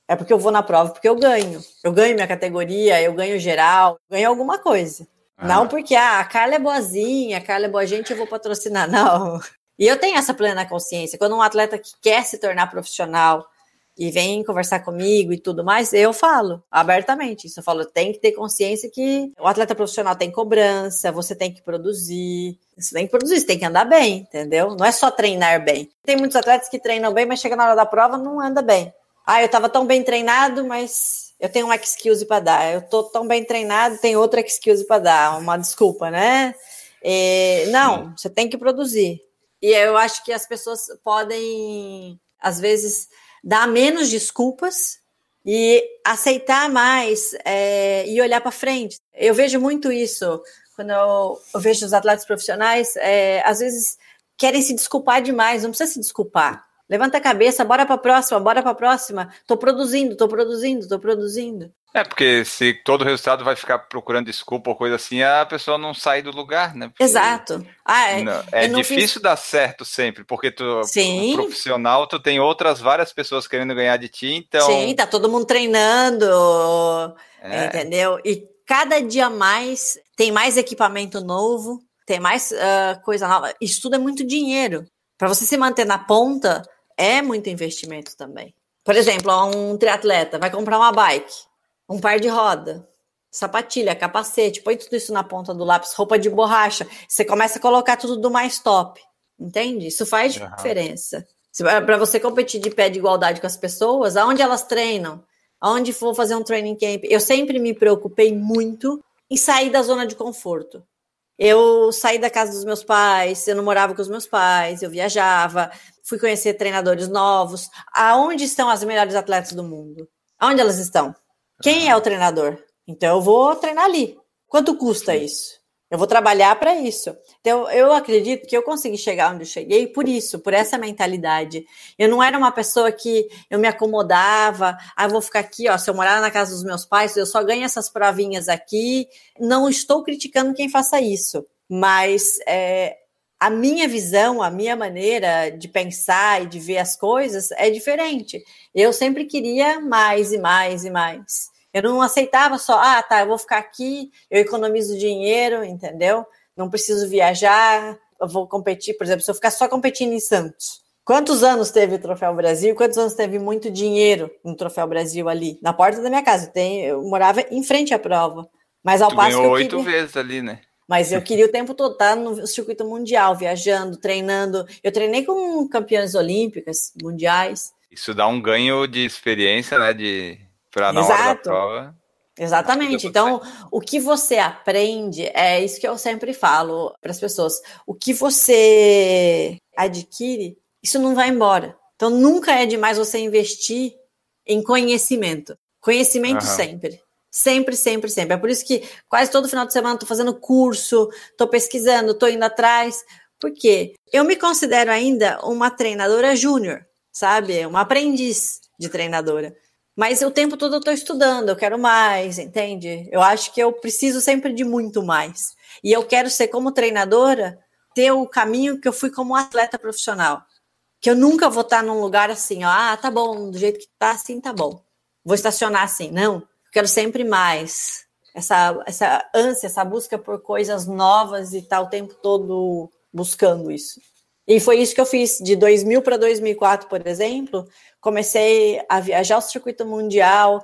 É porque eu vou na prova, porque eu ganho. Eu ganho minha categoria, eu ganho geral, ganho alguma coisa. Ah. Não porque, ah, a Carla é boazinha, a Carla é boa gente, eu vou patrocinar. Não. E eu tenho essa plena consciência. Quando um atleta que quer se tornar profissional e vem conversar comigo e tudo mais, eu falo abertamente isso. Eu falo, tem que ter consciência que o atleta profissional tem cobrança, você tem que produzir. Você tem que produzir, você tem que andar bem, entendeu? Não é só treinar bem. Tem muitos atletas que treinam bem, mas chega na hora da prova, não anda bem. Ah, eu tava tão bem treinado, mas eu tenho uma excuse para dar. Eu tô tão bem treinado, tem outra excuse para dar. Uma desculpa, né? E, não, você tem que produzir. E eu acho que as pessoas podem, às vezes, dar menos desculpas e aceitar mais é, e olhar para frente. Eu vejo muito isso quando eu, eu vejo os atletas profissionais, é, às vezes querem se desculpar demais, não precisa se desculpar. Levanta a cabeça, bora para a próxima, bora para a próxima. Tô produzindo, tô produzindo, tô produzindo. É, porque se todo resultado vai ficar procurando desculpa ou coisa assim, a pessoa não sai do lugar, né? Porque exato. Ah, é não, é não difícil fiz... dar certo sempre, porque tu, Sim. o profissional, tu tem outras várias pessoas querendo ganhar de ti, então... Sim, tá todo mundo treinando, é. entendeu? E cada dia mais tem mais equipamento novo, tem mais uh, coisa nova. Isso tudo é muito dinheiro. Para você se manter na ponta, é muito investimento também. Por exemplo, um triatleta vai comprar uma bike, um par de roda, sapatilha, capacete, põe tudo isso na ponta do lápis, roupa de borracha. Você começa a colocar tudo do mais top, entende? Isso faz uhum. diferença. Para você competir de pé de igualdade com as pessoas, aonde elas treinam, aonde for fazer um training camp, eu sempre me preocupei muito em sair da zona de conforto. Eu saí da casa dos meus pais, eu não morava com os meus pais, eu viajava, fui conhecer treinadores novos. Aonde estão as melhores atletas do mundo? Aonde elas estão? Quem é o treinador? Então eu vou treinar ali. Quanto custa isso? Eu vou trabalhar para isso. Então eu acredito que eu consegui chegar onde eu cheguei por isso, por essa mentalidade. Eu não era uma pessoa que eu me acomodava, ah, eu vou ficar aqui, ó, se eu morar na casa dos meus pais, eu só ganho essas provinhas aqui. Não estou criticando quem faça isso, mas é, a minha visão, a minha maneira de pensar e de ver as coisas é diferente. Eu sempre queria mais e mais e mais. Eu não aceitava só, ah, tá, eu vou ficar aqui, eu economizo dinheiro, entendeu? Não preciso viajar, eu vou competir, por exemplo, se eu ficar só competindo em Santos. Quantos anos teve o Troféu Brasil? Quantos anos teve muito dinheiro no Troféu Brasil ali? Na porta da minha casa. Tem, eu morava em frente à prova. Mas ao tu passo ganhou que eu oito queria... vezes ali, né? Mas eu queria o tempo todo estar no circuito mundial, viajando, treinando. Eu treinei com campeãs olímpicas, mundiais. Isso dá um ganho de experiência, né? De... Pra na hora da prova. Exatamente. Então, o que você aprende, é isso que eu sempre falo para as pessoas. O que você adquire, isso não vai embora. Então, nunca é demais você investir em conhecimento. Conhecimento uhum. sempre. Sempre, sempre, sempre. É por isso que quase todo final de semana eu tô fazendo curso, tô pesquisando, tô indo atrás. Por quê? Eu me considero ainda uma treinadora júnior, sabe? Uma aprendiz de treinadora. Mas o tempo todo eu estou estudando, eu quero mais, entende? Eu acho que eu preciso sempre de muito mais. E eu quero ser, como treinadora, ter o caminho que eu fui como atleta profissional. Que eu nunca vou estar num lugar assim, ó, ah, tá bom, do jeito que tá, assim tá bom. Vou estacionar assim, não. Eu quero sempre mais. Essa, essa ânsia, essa busca por coisas novas e tá o tempo todo buscando isso. E foi isso que eu fiz de dois mil para dois mil e quatro, por exemplo. Comecei a viajar o circuito mundial,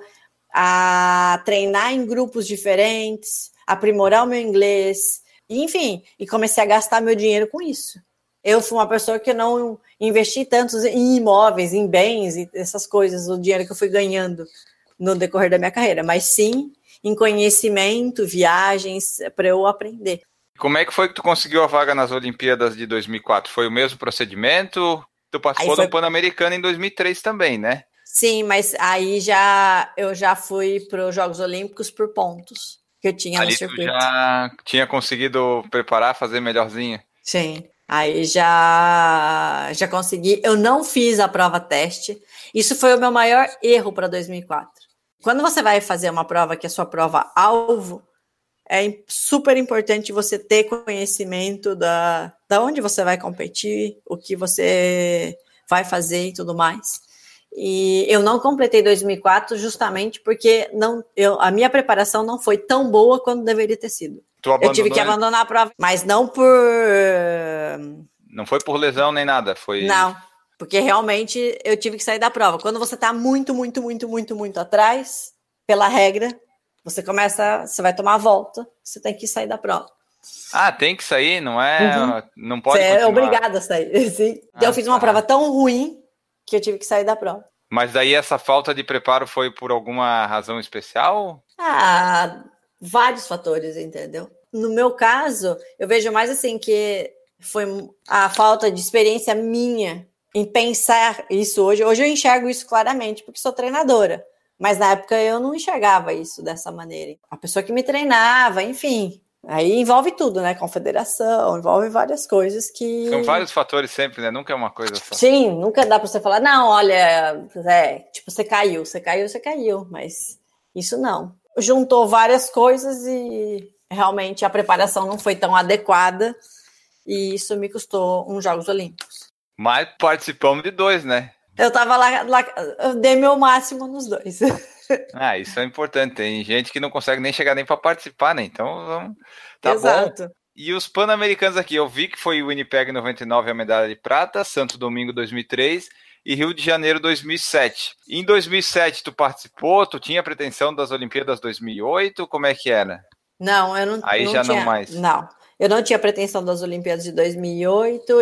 a treinar em grupos diferentes, aprimorar o meu inglês, enfim, e comecei a gastar meu dinheiro com isso. Eu fui uma pessoa que não investi tanto em imóveis, em bens e essas coisas, o dinheiro que eu fui ganhando no decorrer da minha carreira, mas sim em conhecimento, viagens, para eu aprender. Como é que foi que tu conseguiu a vaga nas Olimpíadas de dois mil e quatro? Foi o mesmo procedimento? Tu participou foi... do Pan-Americano em dois mil e três também, né? Sim, mas aí já eu já fui para os Jogos Olímpicos por pontos que eu tinha ali no circuito. Tu já tinha conseguido preparar, fazer melhorzinho? Sim, aí já, já consegui. Eu não fiz a prova teste. Isso foi o meu maior erro para dois mil e quatro. Quando você vai fazer uma prova que é sua prova-alvo, é super importante você ter conhecimento da, da onde você vai competir, o que você vai fazer e tudo mais. E eu não completei dois mil e quatro justamente porque não, eu, a minha preparação não foi tão boa quanto deveria ter sido. Eu tive que abandonar a prova, mas não por... Não foi por lesão nem nada, foi... Não, porque realmente eu tive que sair da prova. Quando você tá muito, muito, muito, muito, muito atrás, pela regra, você começa, você vai tomar a volta, você tem que sair da prova. Ah, tem que sair, não é? Uhum. Não pode Você continuar. é obrigado a sair, sim. Então ah, eu fiz uma tá. prova tão ruim que eu tive que sair da prova. Mas daí essa falta de preparo foi por alguma razão especial? Ah, vários fatores, entendeu? No meu caso, eu vejo mais assim que foi a falta de experiência minha em pensar isso hoje. Hoje eu enxergo isso claramente porque sou treinadora. Mas na época eu não enxergava isso dessa maneira. A pessoa que me treinava, enfim... Aí envolve tudo, né? Confederação, envolve várias coisas que... São vários fatores sempre, né? Nunca é uma coisa só. Sim, nunca dá pra você falar, não, olha, é, tipo, você caiu, você caiu, você caiu, mas isso não. Juntou várias coisas e realmente a preparação não foi tão adequada e isso me custou uns Jogos Olímpicos. Mas participamos de dois, né? Eu tava lá, lá eu dei meu máximo nos dois. Ah, isso é importante. Tem gente que não consegue nem chegar nem para participar, né? Então, vamos... tá Exato. bom. E os Pan-Americanos aqui, eu vi que foi Winnipeg noventa e nove a medalha de prata, Santo Domingo dois mil e três e Rio de Janeiro dois mil e sete. Em dois mil e sete tu participou? Tu tinha pretensão das Olimpíadas dois mil e oito? Como é que era? Não, eu não. Aí não já tinha, não mais. Não, eu não tinha pretensão das Olimpíadas de dois mil e oito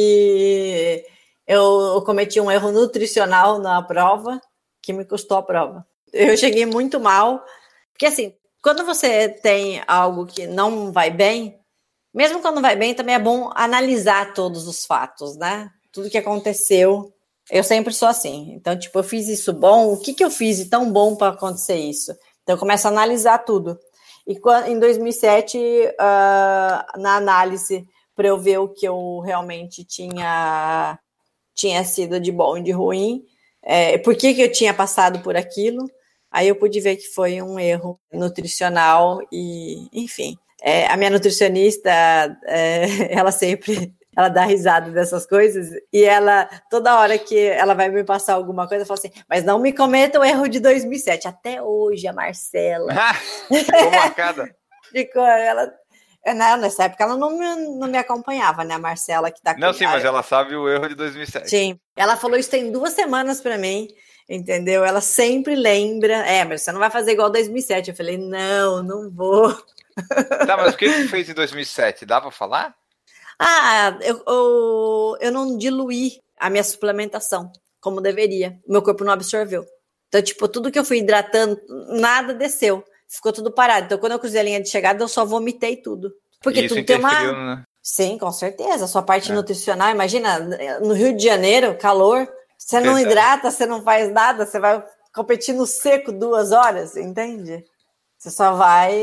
e eu cometi um erro nutricional na prova que me custou a prova. Eu cheguei muito mal, porque assim, quando você tem algo que não vai bem, mesmo quando vai bem, também é bom analisar todos os fatos, né? Tudo que aconteceu, eu sempre sou assim. Então, tipo, eu fiz isso bom, o que que eu fiz de tão bom para acontecer isso? Então, eu começo a analisar tudo. E em dois mil e sete, uh, na análise, para eu ver o que eu realmente tinha, tinha sido de bom e de ruim, é, por que que eu tinha passado por aquilo, aí eu pude ver que foi um erro nutricional e, enfim, é, a minha nutricionista, é, ela sempre, ela dá risada dessas coisas e ela, toda hora que ela vai me passar alguma coisa, fala assim, mas não me cometa o erro de dois mil e sete, até hoje a Marcela. Ficou marcada. Ficou, ela... Não, nessa época ela não me, não me acompanhava, né, a Marcela que tá com... Não, sim, mas ela sabe o erro de dois mil e sete. Sim, ela falou isso tem duas semanas pra mim, entendeu? Ela sempre lembra, é, mas você não vai fazer igual dois mil e sete. Eu falei, não, não vou. Tá, mas o que você fez em dois mil e sete? Dá pra falar? Ah, eu, eu, eu não diluí a minha suplementação como deveria. O meu corpo não absorveu. Então, tipo, tudo que eu fui hidratando, nada desceu. Ficou tudo parado. Então, quando eu cruzei a linha de chegada, eu só vomitei tudo. Porque isso tudo tem uma... né? Sim, com certeza. A sua parte é. nutricional, imagina, no Rio de Janeiro, calor, você não Exato. hidrata, você não faz nada, você vai competir no seco duas horas, entende? Você só vai,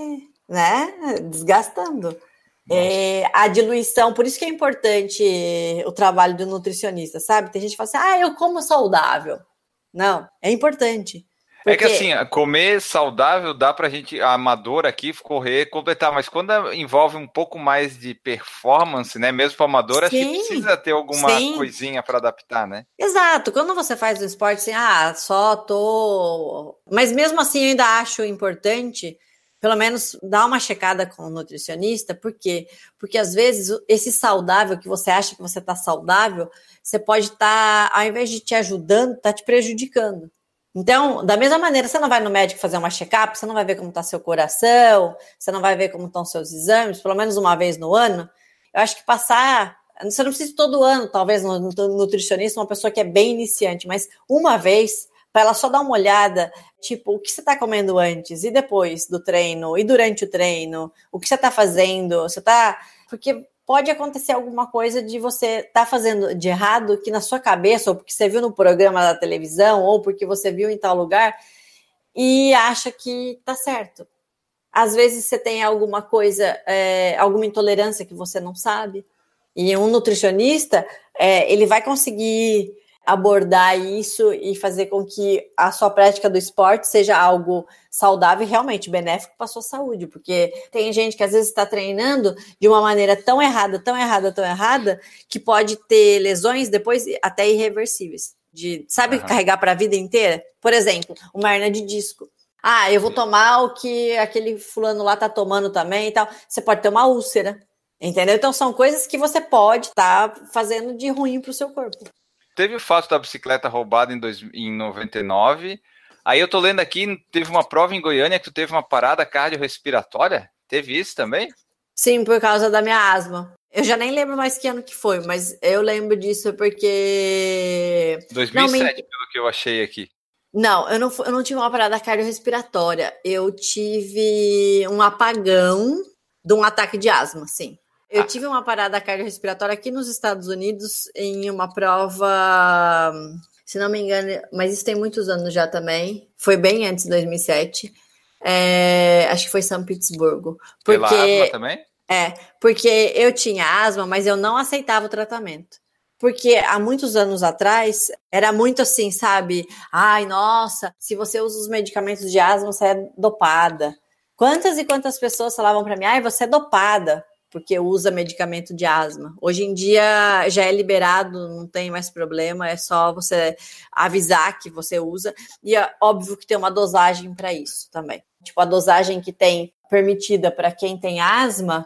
né, desgastando. É, a diluição, por isso que é importante o trabalho do nutricionista, sabe? Tem gente que fala assim, ah, eu como saudável. Não, é importante. Porque... É que assim, comer saudável dá pra gente, a amadora aqui, correr, completar, mas quando envolve um pouco mais de performance, né, mesmo para amadora, acho que precisa ter alguma sim. coisinha para adaptar, né? Exato, quando você faz o esporte assim, ah, só tô... Mas mesmo assim eu ainda acho importante, pelo menos dar uma checada com o nutricionista, por quê? Porque às vezes esse saudável que você acha que você tá saudável, você pode estar, tá, ao invés de te ajudando, tá te prejudicando. Então, da mesma maneira, você não vai no médico fazer uma check-up, você não vai ver como está seu coração, você não vai ver como estão seus exames, pelo menos uma vez no ano. Eu acho que passar, você não precisa todo ano, talvez, no nutricionista, uma pessoa que é bem iniciante, mas uma vez, para ela só dar uma olhada, tipo, o que você está comendo antes e depois do treino, e durante o treino, o que você está fazendo, você está... Porque pode acontecer alguma coisa de você estar tá fazendo de errado que na sua cabeça, ou porque você viu no programa da televisão, ou porque você viu em tal lugar, e acha que tá certo. Às vezes você tem alguma coisa, é, alguma intolerância que você não sabe, e um nutricionista, é, ele vai conseguir abordar isso e fazer com que a sua prática do esporte seja algo saudável e realmente benéfico para a sua saúde, porque tem gente que às vezes está treinando de uma maneira tão errada, tão errada, tão errada, que pode ter lesões depois até irreversíveis. de, sabe, Uhum. carregar para a vida inteira. Por exemplo, uma hernia de disco. Ah, eu vou tomar o que aquele fulano lá tá tomando também e tal. Você pode ter uma úlcera, entendeu? Então são coisas que você pode estar tá fazendo de ruim pro seu corpo. Teve o fato da bicicleta roubada em, dois, em noventa e nove. Aí eu tô lendo aqui, teve uma prova em Goiânia que tu teve uma parada cardiorrespiratória? Teve isso também? Sim, por causa da minha asma. Eu já nem lembro mais que ano que foi, mas eu lembro disso porque... dois mil e sete, não, me... pelo que eu achei aqui. Não, eu não, eu não tive uma parada cardiorrespiratória. Eu tive um apagão de um ataque de asma, sim. Eu ah. tive uma parada cardiorrespiratória aqui nos Estados Unidos em uma prova, se não me engano, mas isso tem muitos anos já também. Foi bem antes de dois mil e sete. É, acho que foi São Petersburgo. Porque, pela asma também? É, porque eu tinha asma, mas eu não aceitava o tratamento. Porque há muitos anos atrás, era muito assim, sabe? Ai, nossa, se você usa os medicamentos de asma, você é dopada. Quantas e quantas pessoas falavam para mim, ai, você é dopada, porque usa medicamento de asma. Hoje em dia já é liberado, não tem mais problema, é só você avisar que você usa. E é óbvio que tem uma dosagem para isso também. Tipo, a dosagem que tem permitida para quem tem asma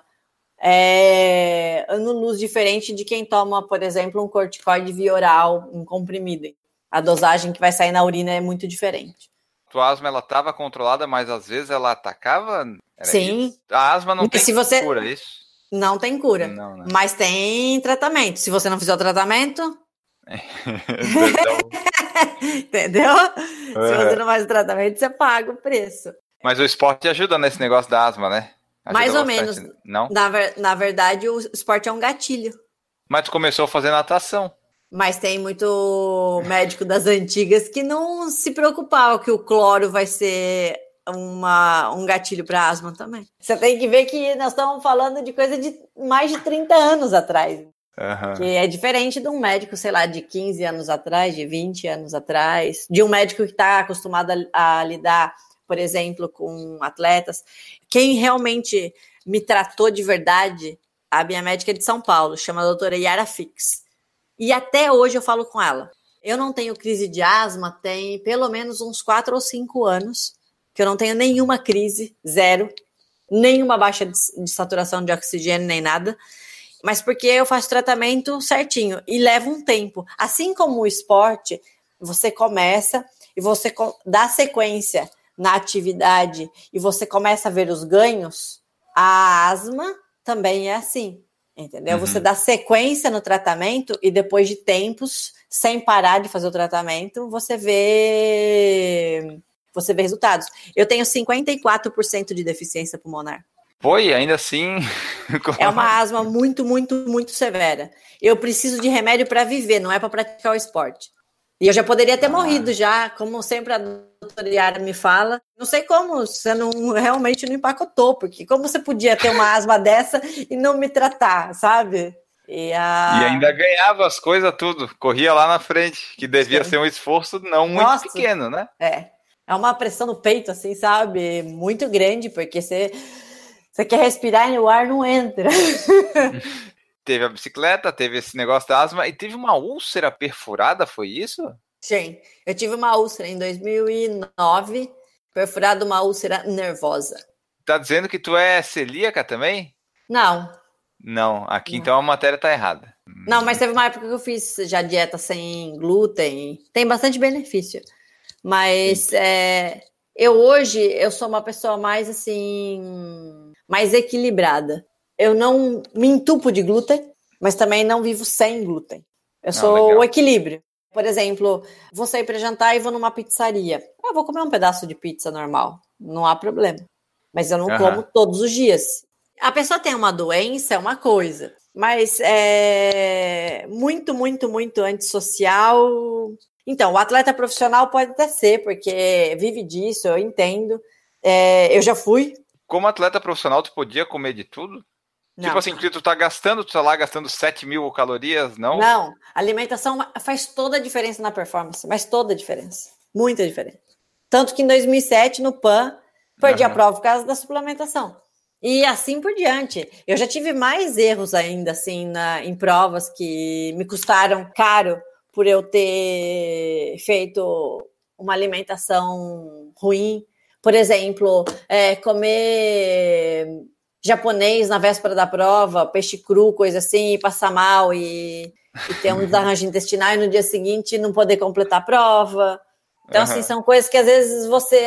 é ano-luz diferente de quem toma, por exemplo, um corticoide via oral, um comprimido. A dosagem que vai sair na urina é muito diferente. Tua asma, ela estava controlada, mas às vezes ela atacava? Era Sim. Isso? A asma não e tem se você... cura, é isso? Não tem cura, não, não. Mas tem tratamento. Se você não fizer o tratamento... Entendeu? Uhum. Se você não faz o tratamento, você paga o preço. Mas o esporte ajuda nesse negócio da asma, né? Ajuda Mais ou bastante. menos. Não? Na, ver, na verdade, o esporte é um gatilho. Mas tu começou a fazer natação. Mas tem muito médico das antigas que não se preocupava que o cloro vai ser uma, um gatilho para asma também. Você tem que ver que nós estamos falando de coisa de mais de trinta anos atrás. Uhum. Que é diferente de um médico, sei lá, de quinze anos atrás, de vinte anos atrás, de um médico que está acostumado a, a lidar, por exemplo, com atletas. Quem realmente me tratou de verdade, a minha médica é de São Paulo, chama a doutora Yara Fix. E até hoje eu falo com ela. Eu não tenho crise de asma, tem pelo menos uns quatro ou cinco anos, que eu não tenho nenhuma crise, zero, nenhuma baixa de, de saturação de oxigênio, nem nada, mas porque eu faço tratamento certinho e leva um tempo. Assim como o esporte, você começa e você dá sequência na atividade e você começa a ver os ganhos, a asma também é assim, entendeu? Uhum. Você dá sequência no tratamento e depois de tempos, sem parar de fazer o tratamento, você vê, você vê resultados. Eu tenho cinquenta e quatro por cento de deficiência pulmonar. Foi, ainda assim... É uma asma muito, muito, muito severa. Eu preciso de remédio para viver, não é para praticar o esporte. E eu já poderia ter ah. morrido já, como sempre a doutora Yara me fala. Não sei como, você não, realmente não empacotou, porque como você podia ter uma asma dessa e não me tratar, sabe? E, a... e ainda ganhava as coisas tudo, corria lá na frente, que devia Sim. ser um esforço não muito Nossa, pequeno, né? É, é uma pressão no peito, assim, sabe? Muito grande, porque você, você quer respirar e o ar não entra. Teve a bicicleta, teve esse negócio da asma e teve uma úlcera perfurada, foi isso? Sim, eu tive uma úlcera em dois mil e nove, perfurada uma úlcera nervosa. Tá dizendo que tu é celíaca também? Não. Não, aqui Não. então a matéria tá errada. Não, mas teve uma época que eu fiz já dieta sem glúten, tem bastante benefício. Mas é, eu hoje, eu sou uma pessoa mais assim, mais equilibrada. Eu não me entupo de glúten, mas também não vivo sem glúten. Eu sou ah, o equilíbrio. Por exemplo, vou sair para jantar e vou numa pizzaria. Ah, vou comer um pedaço de pizza normal. Não há problema. Mas eu não uhum. como todos os dias. A pessoa tem uma doença, é uma coisa. Mas é muito, muito, muito antissocial. Então, o atleta profissional pode até ser, porque vive disso, eu entendo. É, eu já fui. Como atleta profissional, tu podia comer de tudo? Não. Tipo assim, que tu tá gastando, tu tá lá gastando sete mil calorias, não? Não, a alimentação faz toda a diferença na performance, mas toda a diferença, muita diferença. Tanto que em dois mil e sete, no P A N, perdi uhum. a prova por causa da suplementação. E assim por diante. Eu já tive mais erros ainda, assim, na, em provas que me custaram caro, por eu ter feito uma alimentação ruim. Por exemplo, é, comer japonês na véspera da prova, peixe cru, coisa assim, e passar mal e, e ter um desarranjo intestinal e no dia seguinte não poder completar a prova. Então, uhum. assim, são coisas que às vezes você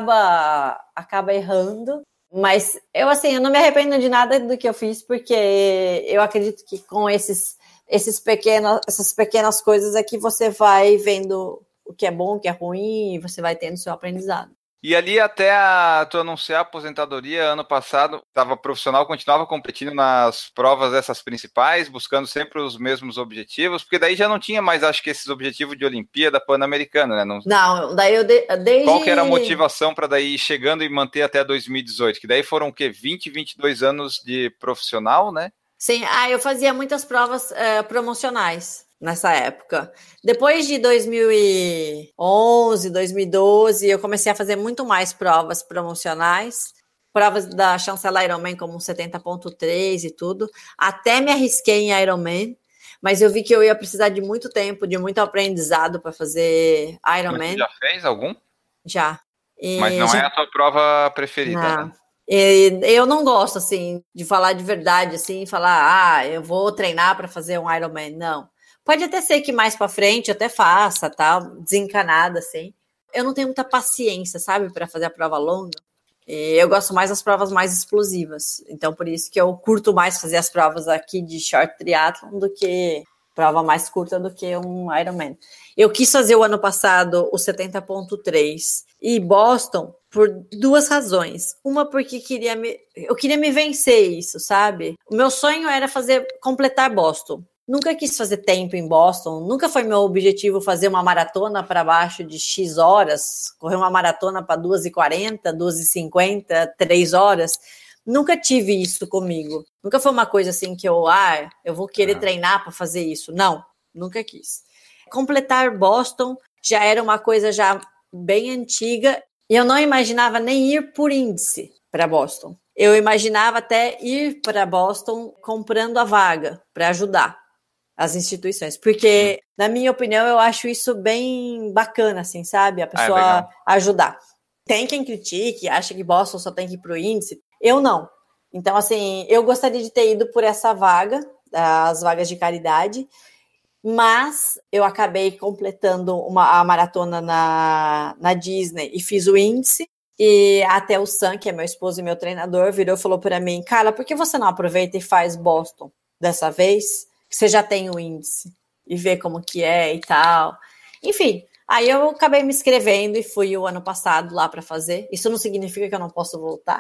acaba, acaba errando. Mas eu, assim, eu não me arrependo de nada do que eu fiz, porque eu acredito que com esses, esses pequenos, essas pequenas coisas é que você vai vendo o que é bom, o que é ruim, e você vai tendo seu aprendizado. E ali até a, tu anunciar a aposentadoria ano passado, estava profissional, continuava competindo nas provas dessas principais, buscando sempre os mesmos objetivos, porque daí já não tinha mais, acho que esses objetivos de Olimpíada Pan-Americana, né? Não, não daí eu de, desde... Qual que era a motivação para daí ir chegando e manter até dois mil e dezoito? Que daí foram o quê? vinte, vinte e dois anos de profissional, né? Sim, ah, eu fazia muitas provas uh, promocionais nessa época. Depois de dois mil e onze, dois mil e doze, eu comecei a fazer muito mais provas promocionais, provas da Chancela Ironman como setenta ponto três e tudo. Até me arrisquei em Ironman, mas eu vi que eu ia precisar de muito tempo, de muito aprendizado para fazer Ironman. Você já fez algum? Já. E mas não já... é a tua prova preferida, não. né? E eu não gosto, assim, de falar de verdade, assim, falar, ah, eu vou treinar para fazer um Ironman. Não. Pode até ser que mais para frente eu até faça, tal, desencanada, assim. Eu não tenho muita paciência, sabe, para fazer a prova longa. E eu gosto mais das provas mais explosivas. Então, por isso que eu curto mais fazer as provas aqui de short triathlon do que prova mais curta do que um Ironman. Eu quis fazer o ano passado o setenta ponto três e Boston por duas razões. Uma porque queria me, eu queria me vencer isso, sabe? O meu sonho era fazer completar Boston. Nunca quis fazer tempo em Boston, nunca foi meu objetivo fazer uma maratona para baixo de X horas, correr uma maratona para duas e quarenta, duas e cinquenta, três horas. Nunca tive isso comigo. Nunca foi uma coisa assim que eu, ah, eu vou querer ah. treinar para fazer isso. Não, nunca quis. Completar Boston já era uma coisa já bem antiga e eu não imaginava nem ir por índice para Boston. Eu imaginava até ir para Boston comprando a vaga para ajudar as instituições, porque, na minha opinião, eu acho isso bem bacana, assim, sabe? A pessoa ah, é ajudar. Tem quem critique, acha que Boston só tem que ir pro índice. Eu não. Então, assim, eu gostaria de ter ido por essa vaga, as vagas de caridade, mas eu acabei completando uma, a maratona na, na Disney e fiz o índice, e até o Sam, que é meu esposo e meu treinador, virou e falou para mim, Carla, por que você não aproveita e faz Boston dessa vez? Você já tem o índice e vê como que é e tal. Enfim, aí eu acabei me inscrevendo e fui o ano passado lá para fazer. Isso não significa que eu não posso voltar.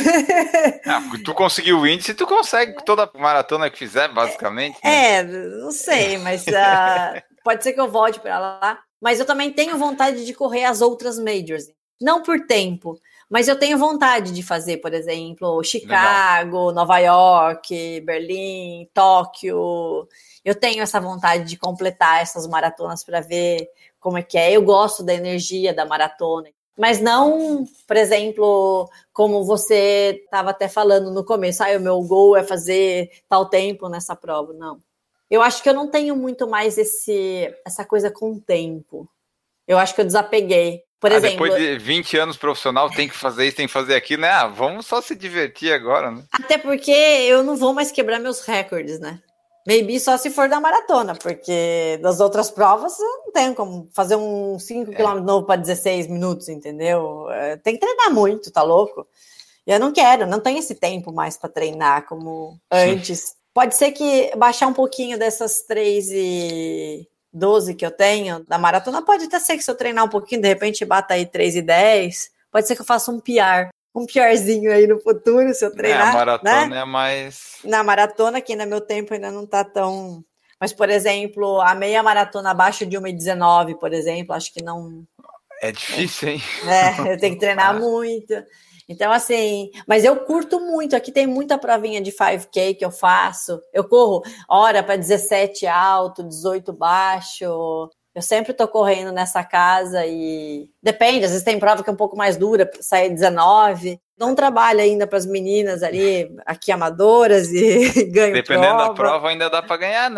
Ah, tu conseguiu o índice, tu consegue toda maratona que fizer, basicamente. Né? É, não sei, mas uh, pode ser que eu volte para lá. Mas eu também tenho vontade de correr as outras majors. Não por tempo, mas eu tenho vontade de fazer, por exemplo, Chicago, legal. Nova York, Berlim, Tóquio. Eu tenho essa vontade de completar essas maratonas para ver como é que é. Eu gosto da energia da maratona, mas não, por exemplo, como você estava até falando no começo, ah, o meu goal é fazer tal tempo nessa prova. Não. Eu acho que eu não tenho muito mais esse, essa coisa com o tempo. Eu acho que eu desapeguei. Por ah, exemplo, depois de vinte anos profissional, tem que fazer isso, tem que fazer aquilo, né? Ah, vamos só se divertir agora, né? Até porque eu não vou mais quebrar meus recordes, né? Maybe só se for da maratona, porque das outras provas eu não tenho como fazer um cinco quilômetros novo para dezesseis minutos, entendeu? Tem que treinar muito, tá louco? E eu não quero, não tenho esse tempo mais para treinar como antes. Sim. Pode ser que baixar um pouquinho dessas três e doze que eu tenho da maratona, pode até ser que se eu treinar um pouquinho, de repente bata aí três e dez, pode ser que eu faça um P R, um PRzinho aí no futuro, se eu treinar. É, a maratona né? É mais... Na maratona, que ainda meu tempo ainda não tá tão... Mas, por exemplo, a meia maratona abaixo de uma e dezenove, por exemplo, acho que não... É difícil, hein? É, eu tenho que treinar muito. Então, assim, mas eu curto muito. Aqui tem muita provinha de cinco K que eu faço. Eu corro hora para dezessete alto, dezoito baixo. Eu sempre tô correndo nessa casa e depende, às vezes tem prova que é um pouco mais dura, sai dezenove. Dou um trabalho ainda para as meninas ali, aqui amadoras, e ganho Dependendo prova. da prova, ainda dá para ganhar, né?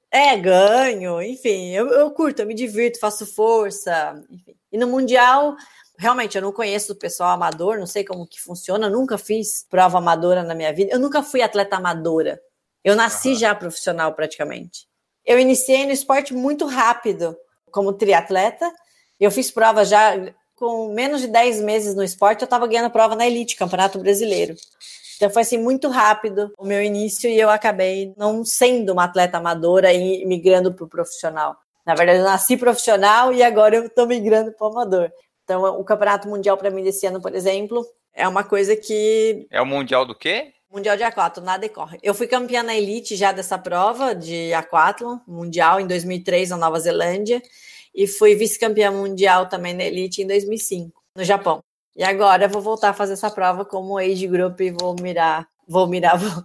É, ganho, enfim, eu, eu curto, eu me divirto, faço força, enfim. E no Mundial, realmente, eu não conheço o pessoal amador, não sei como que funciona, nunca fiz prova amadora na minha vida, eu nunca fui atleta amadora, eu nasci uhum. já profissional praticamente. Eu iniciei no esporte muito rápido, como triatleta, eu fiz prova já com menos de dez meses no esporte, eu estava ganhando prova na Elite, Campeonato Brasileiro. Então foi assim muito rápido o meu início e eu acabei não sendo uma atleta amadora e migrando para o profissional. Na verdade, eu nasci profissional e agora eu estou migrando para o amador. Então o Campeonato Mundial para mim desse ano, por exemplo, é uma coisa que... É o Mundial do quê? Mundial de Aquatlon, nada e corre. Eu fui campeã na Elite já dessa prova de Aquatlon Mundial em dois mil e três na Nova Zelândia e fui vice-campeã mundial também na Elite em dois mil e cinco, no Japão. E agora eu vou voltar a fazer essa prova como age group e vou mirar, vou mirar, vou...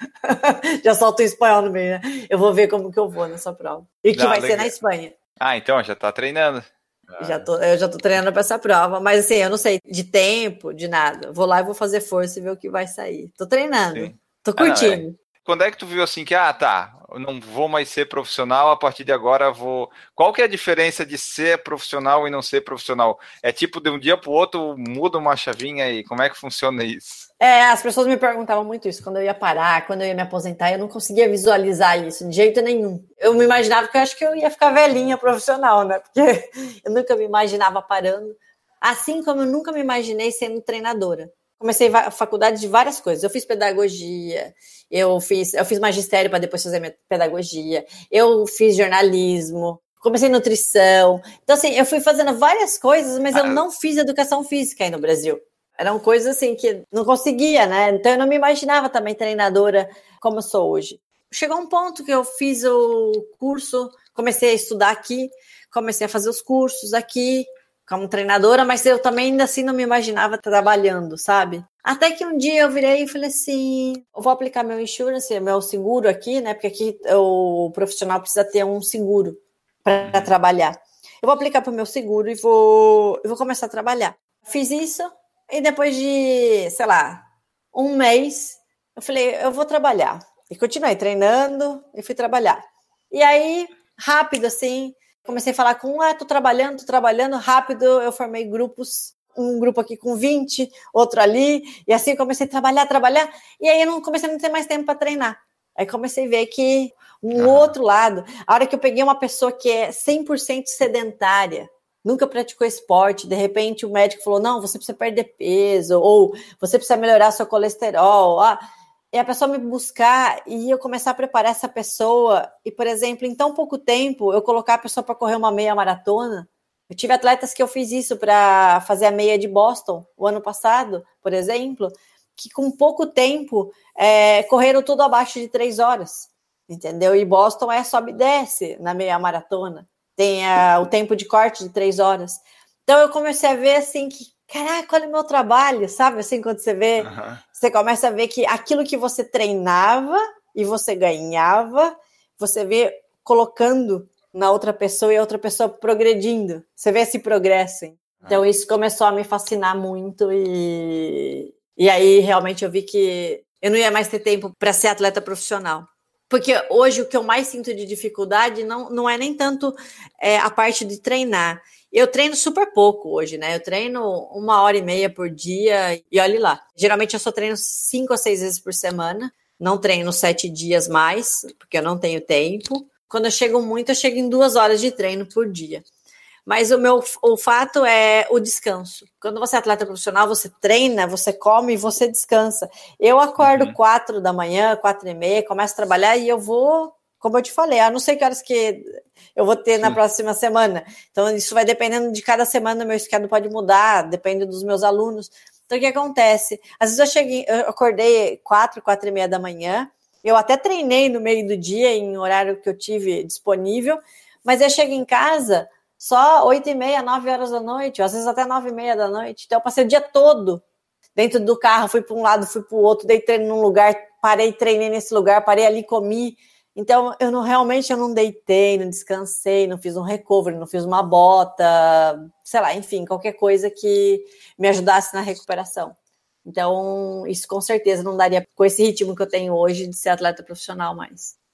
já solto em espanhol no meio, né? Eu vou ver como que eu vou nessa prova. E que ah, vai legal. Ser na Espanha. Ah, então já tá treinando. Já tô, eu já tô treinando para essa prova, mas assim, eu não sei de tempo, de nada. Vou lá e vou fazer força e ver o que vai sair. Tô treinando, Sim. tô curtindo. Ah, não, é. Quando é que tu viu assim que, ah, tá, eu não vou mais ser profissional, a partir de agora vou... Qual que é a diferença de ser profissional e não ser profissional? É tipo, de um dia pro outro, muda uma chavinha e como é que funciona isso? É, as pessoas me perguntavam muito isso, quando eu ia parar, quando eu ia me aposentar, eu não conseguia visualizar isso de jeito nenhum. Eu me imaginava que eu acho que eu ia ficar velhinha profissional, né? Porque eu nunca me imaginava parando. Assim como eu nunca me imaginei sendo treinadora. Comecei a faculdade de várias coisas. Eu fiz pedagogia, eu fiz, eu fiz magistério para depois fazer minha pedagogia, eu fiz jornalismo, comecei nutrição. Então, assim, eu fui fazendo várias coisas, mas eu não fiz educação física aí no Brasil. Eram coisas, assim, que não conseguia, né? Então, eu não me imaginava também treinadora como eu sou hoje. Chegou um ponto que eu fiz o curso, comecei a estudar aqui, comecei a fazer os cursos aqui, como treinadora, mas eu também ainda assim não me imaginava trabalhando, sabe? Até que um dia eu virei e falei assim, eu vou aplicar meu insurance, meu seguro aqui, né? Porque aqui o profissional precisa ter um seguro para trabalhar. Eu vou aplicar para o meu seguro e vou, eu vou começar a trabalhar. Fiz isso e depois de, sei lá, um mês, eu falei, eu vou trabalhar. E continuei treinando e fui trabalhar. E aí, rápido assim... Comecei a falar com, ah, tô trabalhando, tô trabalhando, rápido, eu formei grupos, um grupo aqui com vinte, outro ali, e assim eu comecei a trabalhar, trabalhar, e aí eu não comecei a não ter mais tempo para treinar. Aí comecei a ver que um uhum. outro lado, a hora que eu peguei uma pessoa que é cem por cento sedentária, nunca praticou esporte, de repente o médico falou, não, você precisa perder peso, ou você precisa melhorar seu colesterol, ah, e a pessoa me buscar e eu começar a preparar essa pessoa e, por exemplo, em tão pouco tempo, eu colocar a pessoa para correr uma meia maratona. Eu tive atletas que eu fiz isso para fazer a meia de Boston o ano passado, por exemplo, que com pouco tempo é, correram tudo abaixo de três horas, entendeu? E Boston é sobe e desce na meia maratona, tem a, o tempo de corte de três horas. Então eu comecei a ver assim que, caraca, olha o meu trabalho, sabe? Assim, quando você vê, uhum. você começa a ver que aquilo que você treinava e você ganhava, você vê colocando na outra pessoa e a outra pessoa progredindo. Você vê esse progresso. Hein? Então, isso começou a me fascinar muito e, e aí, realmente, eu vi que eu não ia mais ter tempo para ser atleta profissional. Porque hoje o que eu mais sinto de dificuldade não, não é nem tanto é, a parte de treinar. Eu treino super pouco hoje, né? Eu treino uma hora e meia por dia e olhe lá. Geralmente eu só treino cinco a seis vezes por semana. Não treino sete dias mais, porque eu não tenho tempo. Quando eu chego muito, eu chego em duas horas de treino por dia. Mas o meu o fato é o descanso. Quando você é atleta profissional, você treina, você come e você descansa. Eu acordo uhum. quatro da manhã, quatro e meia, começo a trabalhar e eu vou... Como eu te falei, eu não sei que horas que eu vou ter Sim. na próxima semana. Então, isso vai dependendo de cada semana, meu schedule pode mudar, depende dos meus alunos. Então, o que acontece? Às vezes eu cheguei, eu acordei quatro, quatro e meia da manhã, eu até treinei no meio do dia, em horário que eu tive disponível, mas eu chego em casa só oito e meia, nove horas da noite, às vezes até nove e meia da noite. Então, eu passei o dia todo dentro do carro, fui para um lado, fui para o outro, dei treino num lugar, parei, treinei nesse lugar, parei ali, comi. Então, eu não realmente eu não deitei, não descansei, não fiz um recovery, não fiz uma bota, sei lá, enfim, qualquer coisa que me ajudasse na recuperação. Então, isso com certeza não daria com esse ritmo que eu tenho hoje de ser atleta profissional mais.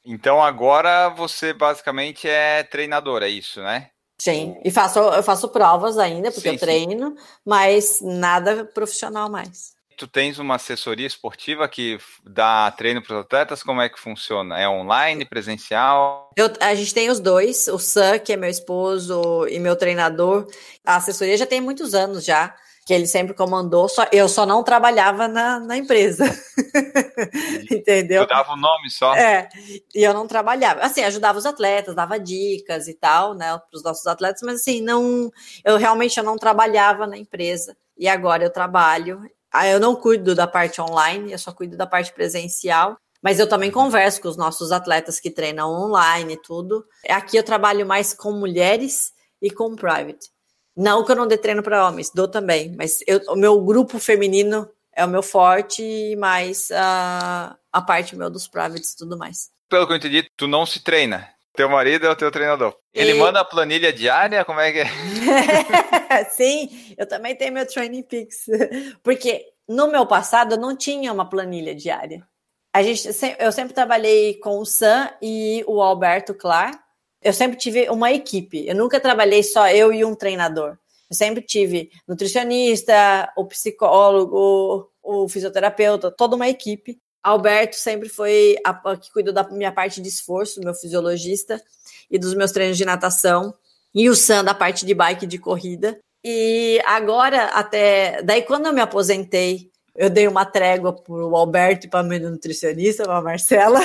Então agora você basicamente é treinador, é isso, né? Sim, e faço, eu faço provas ainda, porque sim, eu treino, sim. Mas nada profissional mais. Tu tens uma assessoria esportiva que dá treino para os atletas? Como é que funciona? É online, presencial? Eu, a gente tem os dois, o Sam, que é meu esposo, e meu treinador. A assessoria já tem muitos anos já, que ele sempre comandou, só, eu só não trabalhava na, na empresa. Entendeu? Tu dava o nome só? É, e eu não trabalhava. Assim, ajudava os atletas, dava dicas e tal, né, para os nossos atletas, mas assim, não, eu realmente eu não trabalhava na empresa. E agora eu trabalho. Ah, eu não cuido da parte online, eu só cuido da parte presencial. Mas eu também converso com os nossos atletas que treinam online e tudo. Aqui eu trabalho mais com mulheres e com private. Não que eu não dê treino para homens, dou também. Mas eu, o meu grupo feminino é o meu forte, mais a, a parte meu dos privates e tudo mais. Pelo que eu entendi, tu não se treina. Teu marido é o teu treinador. Ele e... manda a planilha diária? Como é que é? Sim, eu também tenho meu Training Peaks. Porque no meu passado eu não tinha uma planilha diária. A gente, eu sempre trabalhei com o Sam e o Alberto Clar. Eu sempre tive uma equipe. Eu nunca trabalhei só eu e um treinador. Eu sempre tive nutricionista, o psicólogo, o fisioterapeuta, toda uma equipe. Alberto sempre foi a, a que cuidou da minha parte de esforço, meu fisiologista, e dos meus treinos de natação. E o Sam da parte de bike de corrida. E agora, até... Daí, quando eu me aposentei, eu dei uma trégua pro Alberto e para meu nutricionista, para a Marcela.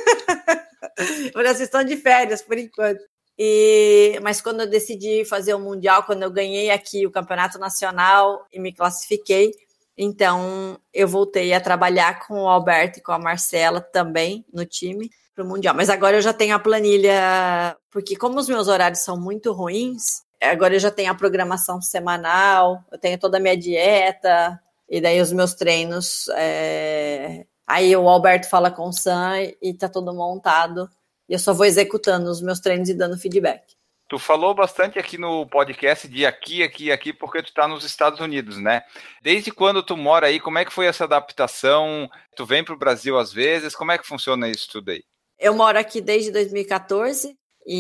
Falei, vocês estão de férias, por enquanto. E, mas quando eu decidi fazer o Mundial, quando eu ganhei aqui o Campeonato Nacional e me classifiquei, então eu voltei a trabalhar com o Alberto e com a Marcela também no time para o Mundial. Mas agora eu já tenho a planilha, porque como os meus horários são muito ruins, agora eu já tenho a programação semanal, eu tenho toda a minha dieta, e daí os meus treinos... É... Aí o Alberto fala com o Sam e tá tudo montado. E eu só vou executando os meus treinos e dando feedback. Tu falou bastante aqui no podcast de aqui, aqui, aqui, porque tu tá nos Estados Unidos, né? Desde quando tu mora aí, como é que foi essa adaptação? Tu vem pro Brasil às vezes, como é que funciona isso tudo aí? Eu moro aqui desde dois mil e catorze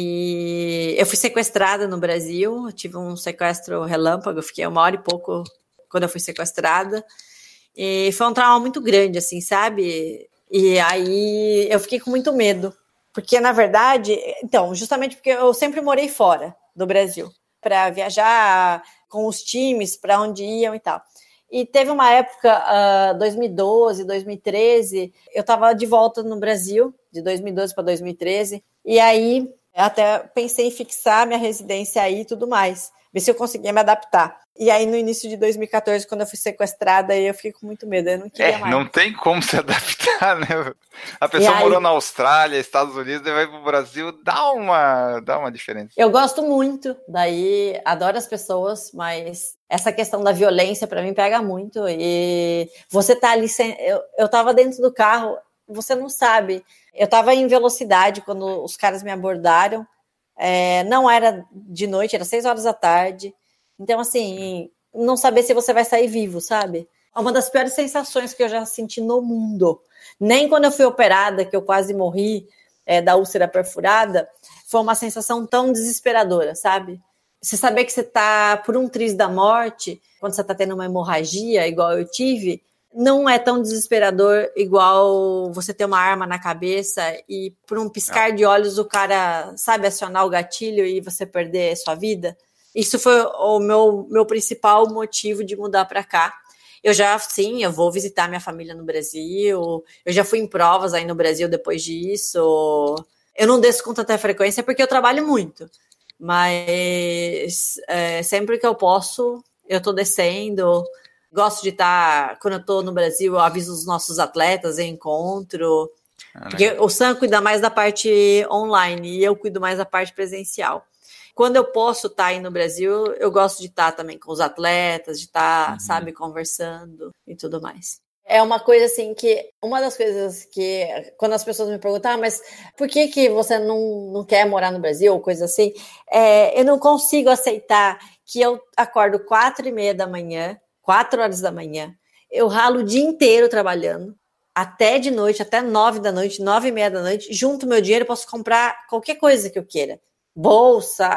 e eu fui sequestrada no Brasil. Eu tive um sequestro relâmpago, eu fiquei uma hora e pouco quando eu fui sequestrada. E foi um trauma muito grande, assim, sabe? E aí eu fiquei com muito medo. Porque, na verdade, então, justamente porque eu sempre morei fora do Brasil, para viajar com os times, para onde iam e tal. E teve uma época, uh, dois mil e doze, dois mil e treze, eu estava de volta no Brasil, de dois mil e doze para dois mil e treze, e aí até pensei em fixar minha residência aí e tudo mais, ver se eu conseguia me adaptar. E aí, no início de dois mil e catorze, quando eu fui sequestrada, eu fiquei com muito medo, eu não queria é, mais. Não tem como se adaptar, né? A pessoa aí... morou na Austrália, Estados Unidos, e vai pro Brasil, dá uma, dá uma diferença. Eu gosto muito, daí adoro as pessoas, mas essa questão da violência, pra mim, pega muito. E você tá ali, sem... eu, eu tava dentro do carro, você não sabe. Eu tava em velocidade quando os caras me abordaram, é, não era de noite, era seis horas da tarde. Então, assim, não saber se você vai sair vivo, sabe? É uma das piores sensações que eu já senti no mundo. Nem quando eu fui operada, que eu quase morri é, da úlcera perfurada, foi uma sensação tão desesperadora, sabe? Você saber que você tá por um triz da morte, quando você tá tendo uma hemorragia, igual eu tive, não é tão desesperador igual você ter uma arma na cabeça e por um piscar não. de olhos o cara, sabe, acionar o gatilho e você perder sua vida. Isso foi o meu, meu principal motivo de mudar para cá. Eu já, sim, eu vou visitar minha família no Brasil, eu já fui em provas aí no Brasil depois disso. Eu não desço com tanta frequência porque eu trabalho muito, mas é, sempre que eu posso, eu tô descendo. Gosto de estar, quando eu tô no Brasil, eu aviso os nossos atletas, eu encontro. Ah, porque o Sam cuida mais da parte online e eu cuido mais da parte presencial. Quando eu posso estar aí no Brasil, eu gosto de estar também com os atletas, de estar, uhum. sabe, conversando e tudo mais. É uma coisa assim que, uma das coisas que, quando as pessoas me perguntam, ah, mas por que que você não, não quer morar no Brasil, ou coisa assim, é, eu não consigo aceitar que eu acordo quatro e meia da manhã, quatro horas da manhã, eu ralo o dia inteiro trabalhando, até de noite, até nove da noite, nove e meia da noite, junto meu dinheiro, posso comprar qualquer coisa que eu queira. Bolsa,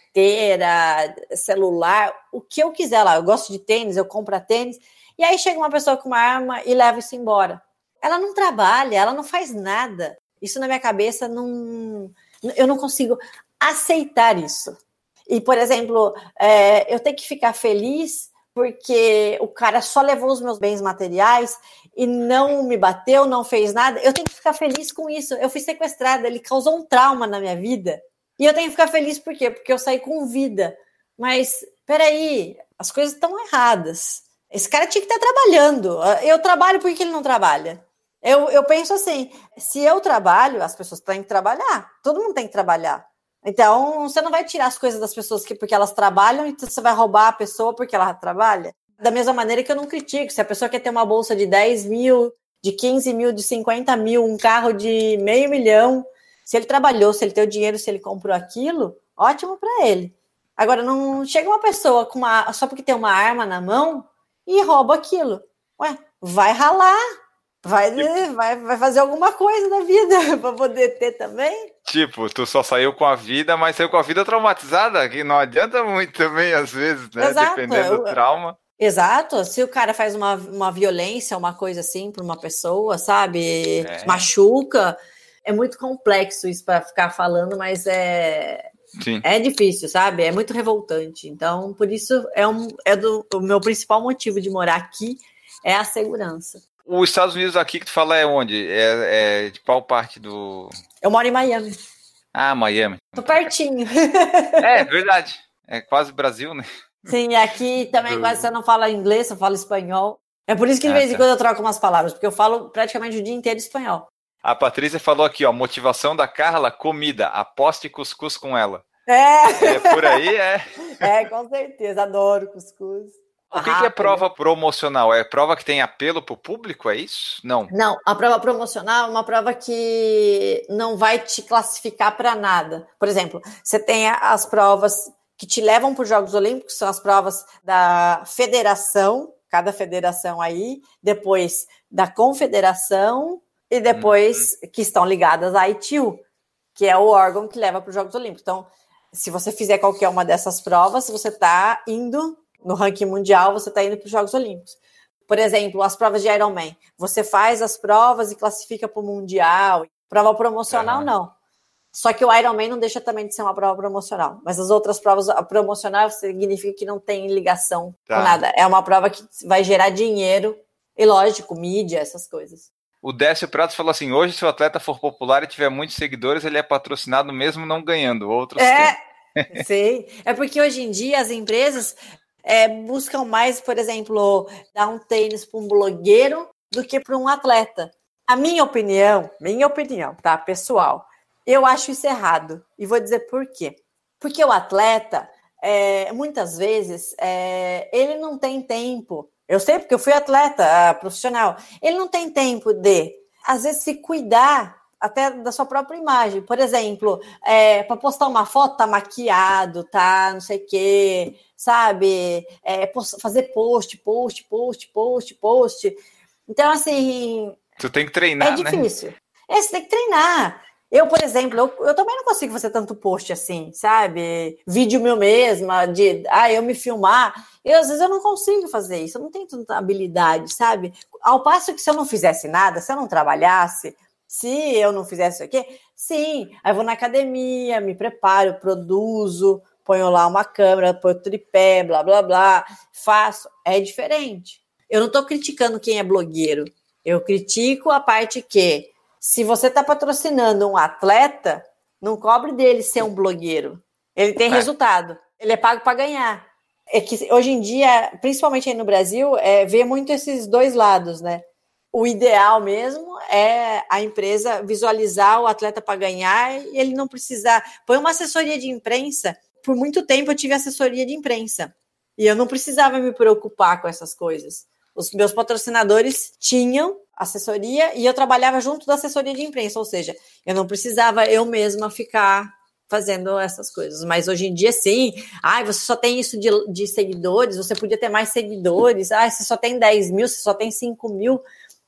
carteira, celular, o que eu quiser lá. Eu gosto de tênis, eu compro tênis. E aí chega uma pessoa com uma arma e leva isso embora. Ela não trabalha, ela não faz nada. Isso na minha cabeça, não, eu não consigo aceitar isso. E, por exemplo, é, eu tenho que ficar feliz porque o cara só levou os meus bens materiais e não me bateu, não fez nada. Eu tenho que ficar feliz com isso. Eu fui sequestrada, ele causou um trauma na minha vida. E eu tenho que ficar feliz por quê? Porque eu saí com vida. Mas, peraí, as coisas estão erradas. Esse cara tinha que estar trabalhando. Eu trabalho, por que ele não trabalha? Eu, eu penso assim, se eu trabalho, as pessoas têm que trabalhar. Todo mundo tem que trabalhar. Então, você não vai tirar as coisas das pessoas que, porque elas trabalham, e você vai roubar a pessoa porque ela trabalha. Da mesma maneira que eu não critico. Se a pessoa quer ter uma bolsa de dez mil, de quinze mil, de cinquenta mil, um carro de meio milhão... Se ele trabalhou, se ele tem o dinheiro, se ele comprou aquilo, ótimo para ele. Agora, não chega uma pessoa com uma, só porque tem uma arma na mão e rouba aquilo. Ué, vai ralar, vai, vai, vai fazer alguma coisa da vida para poder ter também. Tipo, tu só saiu com a vida, mas saiu com a vida traumatizada, que não adianta muito também, às vezes, né? Exato. Dependendo do trauma. Exato, se o cara faz uma, uma violência, uma coisa assim para uma pessoa, sabe, é. machuca... É muito complexo isso para ficar falando, mas é, Sim. é difícil, sabe? É muito revoltante. Então, por isso, é, um, é do, o meu principal motivo de morar aqui é a segurança. Os Estados Unidos aqui que tu fala é onde? É, é de qual parte do... Eu moro em Miami. Ah, Miami. Tô pertinho. É, verdade. É quase Brasil, né? Sim, aqui também quase você não fala inglês, você fala espanhol. É por isso que de ah, vez em tá. quando eu troco umas palavras, porque eu falo praticamente o dia inteiro espanhol. A Patrícia falou aqui, ó, motivação da Carla, comida, aposte cuscuz com ela. É. É por aí, é. É, com certeza, adoro cuscuz. O que, que é prova promocional? É prova que tem apelo para o público, é isso? Não. Não, a prova promocional é uma prova que não vai te classificar para nada. Por exemplo, você tem as provas que te levam para os Jogos Olímpicos, são as provas da federação, cada federação aí, depois da confederação, e depois uhum. que estão ligadas à I T U, que é o órgão que leva para os Jogos Olímpicos. Então, se você fizer qualquer uma dessas provas, você está indo, no ranking mundial, você está indo para os Jogos Olímpicos. Por exemplo, as provas de Ironman. Você faz as provas e classifica para o Mundial. Prova promocional, uhum. não. Só que o Ironman não deixa também de ser uma prova promocional. Mas as outras provas, a promocional significa que não tem ligação tá. com nada. É uma prova que vai gerar dinheiro e, lógico, mídia, essas coisas. O Décio Pratos falou assim, hoje se o atleta for popular e tiver muitos seguidores, ele é patrocinado mesmo não ganhando. Outros é, sim. É porque hoje em dia as empresas é, buscam mais, por exemplo, dar um tênis para um blogueiro do que para um atleta. A minha opinião, minha opinião, tá, pessoal, eu acho isso errado. E vou dizer por quê. Porque o atleta, é, muitas vezes, é, ele não tem tempo. Eu sei porque eu fui atleta profissional. Ele não tem tempo de, às vezes, se cuidar até da sua própria imagem. Por exemplo, é, para postar uma foto, tá maquiado, tá não sei o quê, sabe? É, fazer post, post, post, post, post. Então, assim... Tu tem que treinar, né? É difícil. Né? É, você tem que treinar. Eu, por exemplo, eu, eu também não consigo fazer tanto post assim, sabe? Vídeo meu mesma, de ah, eu me filmar. Eu, às vezes eu não consigo fazer isso, eu não tenho tanta habilidade, sabe? Ao passo que se eu não fizesse nada, se eu não trabalhasse, se eu não fizesse isso aqui, sim, aí eu vou na academia, me preparo, produzo, ponho lá uma câmera, ponho tripé, blá, blá, blá, faço. É diferente. Eu não estou criticando quem é blogueiro, eu critico a parte que se você está patrocinando um atleta, não cobre dele ser um blogueiro. Ele tem é. resultado. Ele é pago para ganhar. É que hoje em dia, principalmente aí no Brasil, é, vê muito esses dois lados, né? O ideal mesmo é a empresa visualizar o atleta para ganhar e ele não precisar... Põe uma assessoria de imprensa. Por muito tempo eu tive assessoria de imprensa. E eu não precisava me preocupar com essas coisas. Os meus patrocinadores tinham assessoria e eu trabalhava junto da assessoria de imprensa, ou seja, eu não precisava eu mesma ficar fazendo essas coisas, mas hoje em dia sim, ai, você só tem isso de, de seguidores, você podia ter mais seguidores, ai, você só tem dez mil, você só tem cinco mil,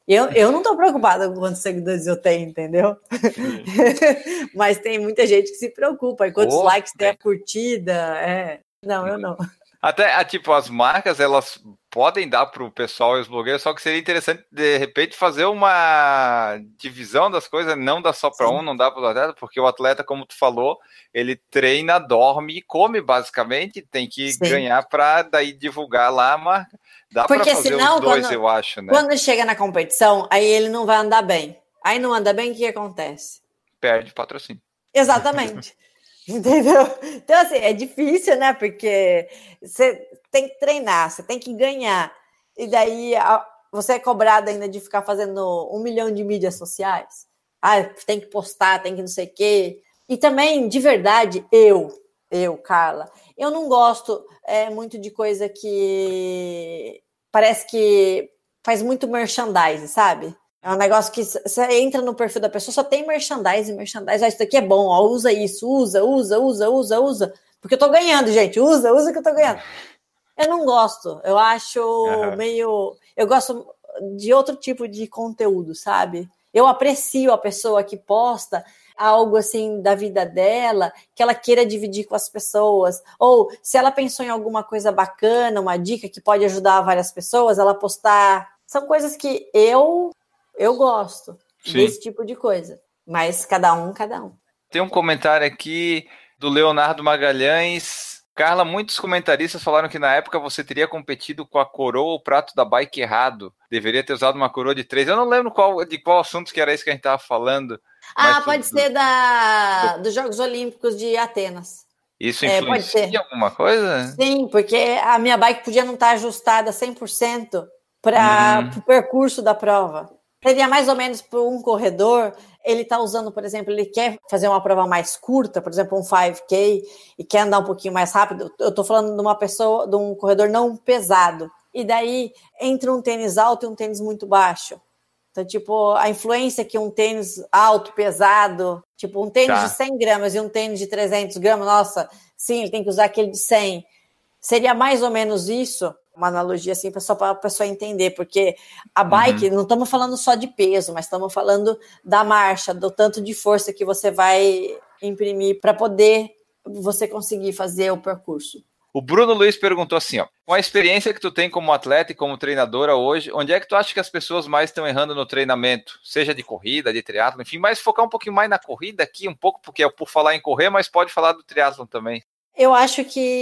Eu, eu não estou preocupada com quantos seguidores eu tenho, entendeu? Mas tem muita gente que se preocupa. E quantos oh, likes tem a curtida? É. Não, eu não. Até, tipo, as marcas, elas podem dar para o pessoal e os blogueiros, só que seria interessante, de repente, fazer uma divisão das coisas, não dá só para um, não dá para o atleta, porque o atleta, como tu falou, ele treina, dorme e come, basicamente, tem que Sim. ganhar para daí divulgar lá a marca. Dá para fazer senão, os dois, quando, eu acho, né? Quando chega na competição, aí ele não vai andar bem. Aí não anda bem, o que acontece? Perde patrocínio. Exatamente. Entendeu? Então, assim, é difícil, né? Porque você tem que treinar, você tem que ganhar. E daí você é cobrado ainda de ficar fazendo um milhão de mídias sociais. Ah, tem que postar, tem que não sei o quê. E também, de verdade, eu, eu, Carla, eu não gosto é, muito de coisa que parece que faz muito merchandising, sabe? É um negócio que você entra no perfil da pessoa, só tem merchandising, merchandising. Ah, isso daqui é bom, ó, usa isso, usa, usa, usa, usa, usa. Porque eu tô ganhando, gente. Usa, usa que eu tô ganhando. Eu não gosto. Eu acho uhum. meio... Eu gosto de outro tipo de conteúdo, sabe? Eu aprecio a pessoa que posta algo assim da vida dela, que ela queira dividir com as pessoas. Ou se ela pensou em alguma coisa bacana, uma dica que pode ajudar várias pessoas, ela postar. São coisas que eu... Eu gosto Sim. desse tipo de coisa, mas cada um, cada um. Tem um comentário aqui do Leonardo Magalhães. Carla, muitos comentaristas falaram que na época você teria competido com a coroa ou prato da bike errado. Deveria ter usado uma coroa de três. Eu não lembro qual, de qual assunto que era isso que a gente estava falando. Ah, pode do, ser da, do... dos Jogos Olímpicos de Atenas. Isso influencia em alguma coisa? Sim, porque a minha bike podia não estar ajustada cem por cento para o percurso da prova. Seria mais ou menos para um corredor, ele está usando, por exemplo, ele quer fazer uma prova mais curta, por exemplo, um cinco K, e quer andar um pouquinho mais rápido. Eu estou falando de uma pessoa, de um corredor não pesado. E daí, entre um tênis alto e um tênis muito baixo. Então, tipo, a influência que um tênis alto, pesado, tipo, um tênis tá. de cem gramas e um tênis de trezentos gramas, nossa, sim, ele tem que usar aquele de cem. Seria mais ou menos isso. Uma analogia assim, só para a pessoa entender, porque a bike, uhum. não estamos falando só de peso, mas estamos falando da marcha, do tanto de força que você vai imprimir para poder você conseguir fazer o percurso. O Bruno Luiz perguntou assim, ó, com a experiência que tu tem como atleta e como treinadora hoje, onde é que tu acha que as pessoas mais estão errando no treinamento? Seja de corrida, de triatlon, enfim, mas focar um pouquinho mais na corrida aqui, um pouco, porque é por falar em correr, mas pode falar do triatlon também. Eu acho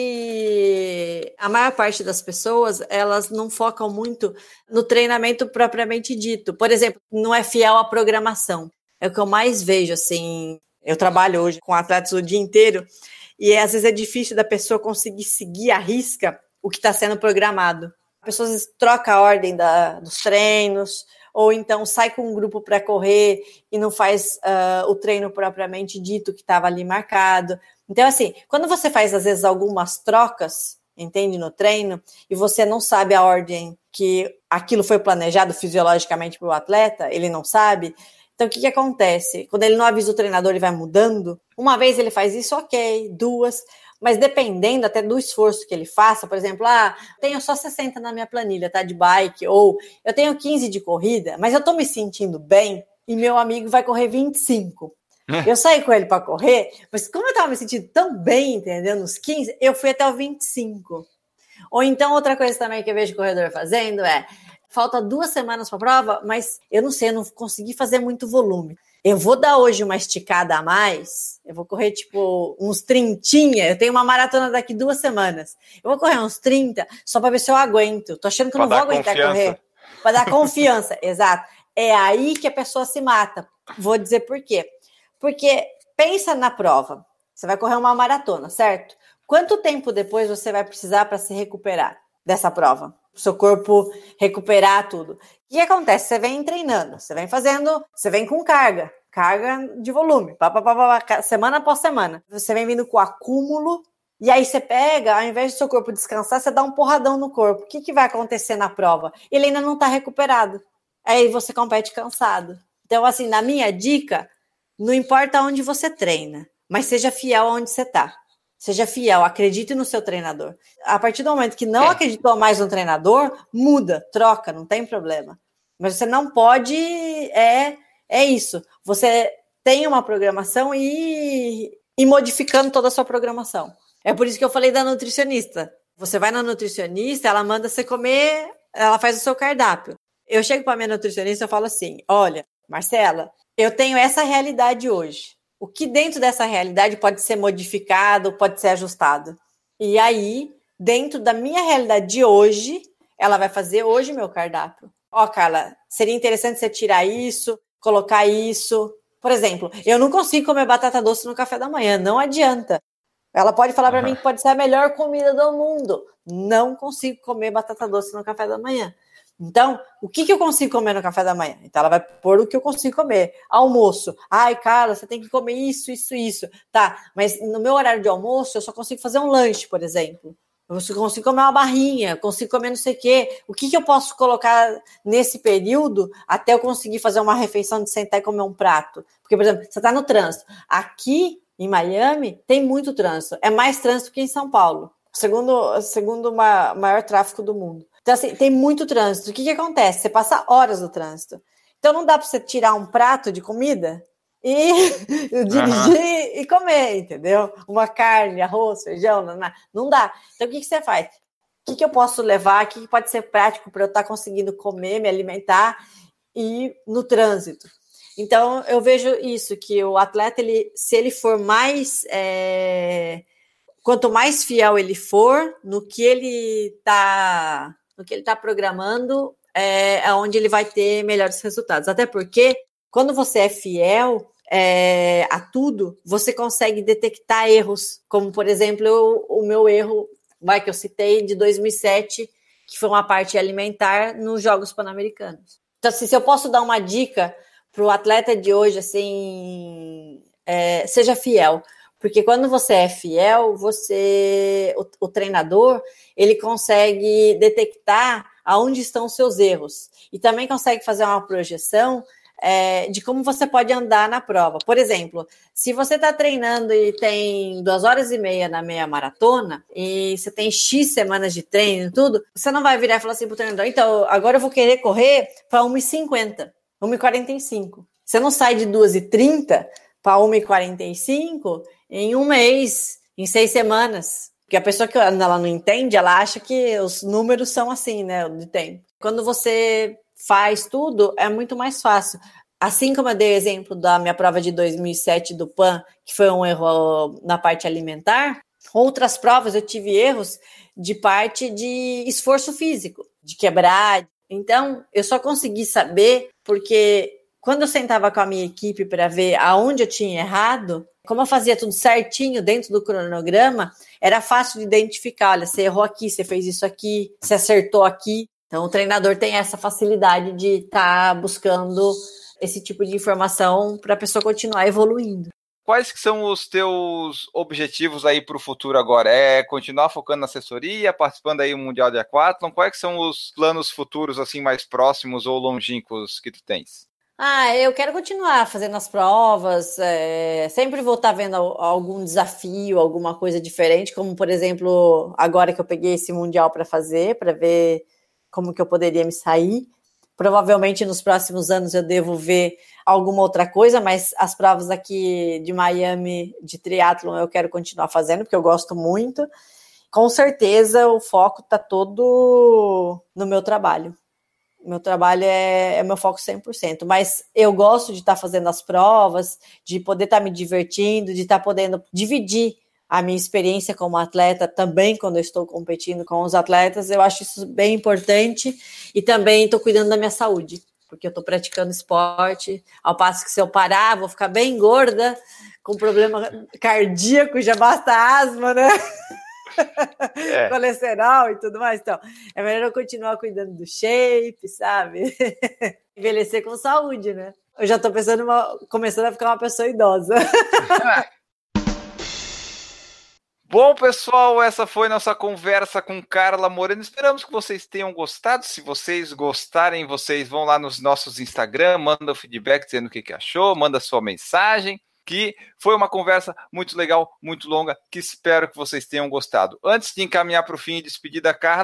que a maior parte das pessoas, elas não focam muito no treinamento propriamente dito. Por exemplo, não é fiel à programação. É o que eu mais vejo, assim. Eu trabalho hoje com atletas o dia inteiro e às vezes é difícil da pessoa conseguir seguir à risca o que está sendo programado. As pessoas trocam a ordem da, dos treinos, ou então sai com um grupo para correr e não faz uh, o treino propriamente dito que estava ali marcado. Então, assim, quando você faz, às vezes, algumas trocas, entende, no treino, e você não sabe a ordem que aquilo foi planejado fisiologicamente para o atleta, ele não sabe. Então, o que, que acontece? Quando ele não avisa o treinador, ele vai mudando. Uma vez ele faz isso, ok, duas, mas dependendo até do esforço que ele faça, por exemplo, ah, tenho só sessenta na minha planilha, tá, de bike, ou eu tenho quinze de corrida, mas eu tô me sentindo bem e meu amigo vai correr vinte e cinco. Eu saí com ele para correr, mas como eu estava me sentindo tão bem, entendeu? Nos quinze, eu fui até o vinte e cinco. Ou então, outra coisa também que eu vejo o corredor fazendo é, falta duas semanas para a prova, mas eu não sei, eu não consegui fazer muito volume. Eu vou dar hoje uma esticada a mais, eu vou correr tipo uns trintinha, eu tenho uma maratona daqui duas semanas. Eu vou correr uns trinta, só para ver se eu aguento. Tô achando que eu não vou aguentar correr. Para dar confiança, exato. É aí que a pessoa se mata. Vou dizer por quê. Porque pensa na prova, você vai correr uma maratona, certo? Quanto tempo depois você vai precisar para se recuperar dessa prova? O seu corpo recuperar tudo. O que acontece? Você vem treinando, você vem fazendo, você vem com carga, carga de volume, pá, pá, pá, pá, semana após semana. Você vem vindo com acúmulo, e aí você pega, ao invés do seu corpo descansar, você dá um porradão no corpo. O que, que vai acontecer na prova? Ele ainda não está recuperado. Aí você compete cansado. Então, assim, na minha dica, não importa onde você treina, mas seja fiel aonde você está. Seja fiel, acredite no seu treinador. A partir do momento que não acreditou mais no treinador, muda, troca, não tem problema. Mas você não pode, é, é isso. Você tem uma programação e ir modificando toda a sua programação. É por isso que eu falei da nutricionista. Você vai na nutricionista, ela manda você comer, ela faz o seu cardápio. Eu chego para minha nutricionista e falo assim, olha, Marcela, eu tenho essa realidade hoje. O que dentro dessa realidade pode ser modificado, pode ser ajustado. E aí, dentro da minha realidade de hoje, ela vai fazer hoje meu cardápio. Ó, Carla, seria interessante você tirar isso, colocar isso. Por exemplo, eu não consigo comer batata doce no café da manhã, não adianta. Ela pode falar para uhum. mim que pode ser a melhor comida do mundo. Não consigo comer batata doce no café da manhã. Então, o que, que eu consigo comer no café da manhã? Então, ela vai pôr o que eu consigo comer. Almoço. Ai, Carla, você tem que comer isso, isso, isso. Tá, mas no meu horário de almoço, eu só consigo fazer um lanche, por exemplo. Eu consigo comer uma barrinha, consigo comer não sei o quê. O que, que eu posso colocar nesse período até eu conseguir fazer uma refeição de sentar e comer um prato? Porque, por exemplo, você está no trânsito. Aqui, em Miami, tem muito trânsito. É mais trânsito que em São Paulo. Segundo, segundo o maior tráfego do mundo. Então, assim, tem muito trânsito. O que, que acontece? Você passa horas no trânsito. Então, não dá para você tirar um prato de comida e dirigir uhum. e comer, entendeu? Uma carne, arroz, feijão, não, não dá. Então, o que, que você faz? O que, que eu posso levar? O que, que pode ser prático para eu estar conseguindo comer, me alimentar e no trânsito? Então, eu vejo isso, que o atleta, ele, se ele for mais... É, quanto mais fiel ele for no que ele está... no que ele está programando, é, é onde ele vai ter melhores resultados. Até porque, quando você é fiel é, a tudo, você consegue detectar erros, como, por exemplo, eu, o meu erro, vai, que eu citei, de dois mil e sete, que foi uma parte alimentar nos Jogos Pan-Americanos. Então, assim, se eu posso dar uma dica para o atleta de hoje, assim, é, seja fiel. Porque quando você é fiel, você, o, o treinador, ele consegue detectar aonde estão os seus erros. E também consegue fazer uma projeção é, de como você pode andar na prova. Por exemplo, se você está treinando e tem duas horas e meia na meia maratona, e você tem X semanas de treino e tudo, você não vai virar e falar assim para o treinador, então, agora eu vou querer correr para uma e cinquenta, uma e quarenta e cinco. Você não sai de duas e trinta para uma e quarenta e cinco em um mês, em seis semanas. Porque a pessoa que ela não entende, ela acha que os números são assim, né, de tempo. Quando você faz tudo, é muito mais fácil. Assim como eu dei o exemplo da minha prova de dois mil e sete do Pan, que foi um erro na parte alimentar, outras provas eu tive erros de parte de esforço físico, de quebrar. Então, eu só consegui saber porque quando eu sentava com a minha equipe para ver aonde eu tinha errado, como eu fazia tudo certinho dentro do cronograma, era fácil de identificar. Olha, você errou aqui, você fez isso aqui, você acertou aqui. Então, o treinador tem essa facilidade de estar tá buscando esse tipo de informação para a pessoa continuar evoluindo. Quais que são os teus objetivos aí para o futuro agora? É continuar focando na assessoria, participando aí do Mundial de Aquathlon? Quais que são os planos futuros assim mais próximos ou longínquos que tu tens? Ah, eu quero continuar fazendo as provas, é, sempre vou estar vendo algum desafio, alguma coisa diferente, como, por exemplo, agora que eu peguei esse Mundial para fazer, para ver como que eu poderia me sair. Provavelmente nos próximos anos eu devo ver alguma outra coisa, mas as provas aqui de Miami, de triatlon, eu quero continuar fazendo, porque eu gosto muito. Com certeza o foco está todo no meu trabalho. Meu trabalho é, é meu foco cem por cento, mas eu gosto de estar fazendo as provas, de poder estar me divertindo, de estar podendo dividir a minha experiência como atleta também quando eu estou competindo com os atletas. Eu acho isso bem importante e também estou cuidando da minha saúde, porque eu estou praticando esporte, ao passo que se eu parar, vou ficar bem gorda, com problema cardíaco, já basta asma, né? É. Colesterol e tudo mais, então é melhor eu continuar cuidando do shape, sabe? Envelhecer com saúde, né? Eu já tô pensando uma, começando a ficar uma pessoa idosa. Bom, pessoal, essa foi nossa conversa com Carla Moreno. Esperamos que vocês tenham gostado. Se vocês gostarem, vocês vão lá nos nossos Instagram, manda o feedback dizendo o que, que achou, manda sua mensagem. Que foi uma conversa muito legal, muito longa, que espero que vocês tenham gostado. Antes de encaminhar para o fim e despedir da Carla,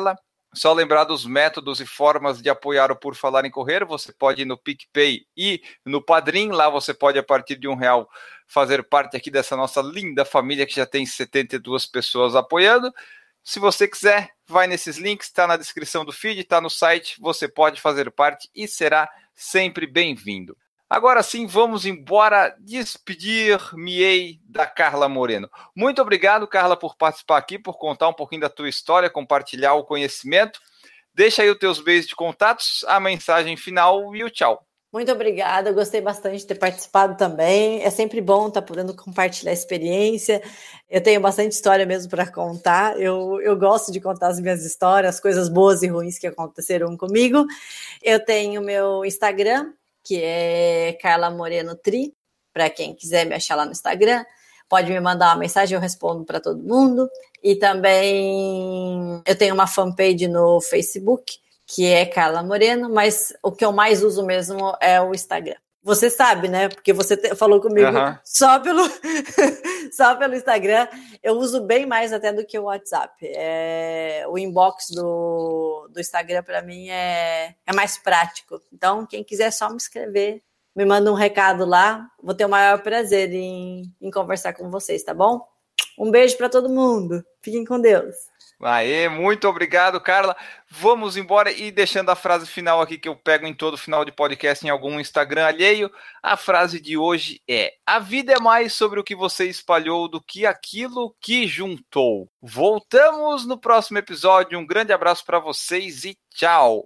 Só lembrar dos métodos e formas de apoiar o Por Falar em Correr. Você pode ir no PicPay e no Padrim. Lá você pode, a partir de um real, fazer parte aqui dessa nossa linda família que já tem setenta e duas pessoas apoiando. Se você quiser, vai nesses links, está na descrição do feed, está no site. Você pode fazer parte e será sempre bem-vindo. Agora sim, vamos embora despedir-me-ei da Carla Moreno. Muito obrigado, Carla, por participar aqui, por contar um pouquinho da tua história, compartilhar o conhecimento. Deixa aí os teus meios de contatos, a mensagem final e o tchau. Muito obrigada, eu gostei bastante de ter participado também. É sempre bom estar podendo compartilhar a experiência. Eu tenho bastante história mesmo para contar. Eu, eu gosto de contar as minhas histórias, as coisas boas e ruins que aconteceram comigo. Eu tenho meu Instagram, que é Carla Moreno Tri, para quem quiser me achar lá no Instagram, pode me mandar uma mensagem, eu respondo para todo mundo. E também eu tenho uma fanpage no Facebook, que é Carla Moreno, mas o que eu mais uso mesmo é o Instagram. Você sabe, né? Porque você te, falou comigo uhum. só, pelo, só pelo Instagram. Eu uso bem mais até do que o WhatsApp. É, o inbox do, do Instagram, para mim, é, é mais prático. Então, quem quiser só me escrever, me manda um recado lá. Vou ter o maior prazer em, em conversar com vocês, tá bom? Um beijo para todo mundo. Fiquem com Deus. Aê, muito obrigado, Carla. Vamos embora e deixando a frase final aqui que eu pego em todo final de podcast em algum Instagram alheio. A frase de hoje é: a vida é mais sobre o que você espalhou do que aquilo que juntou. Voltamos no próximo episódio. Um grande abraço para vocês e tchau.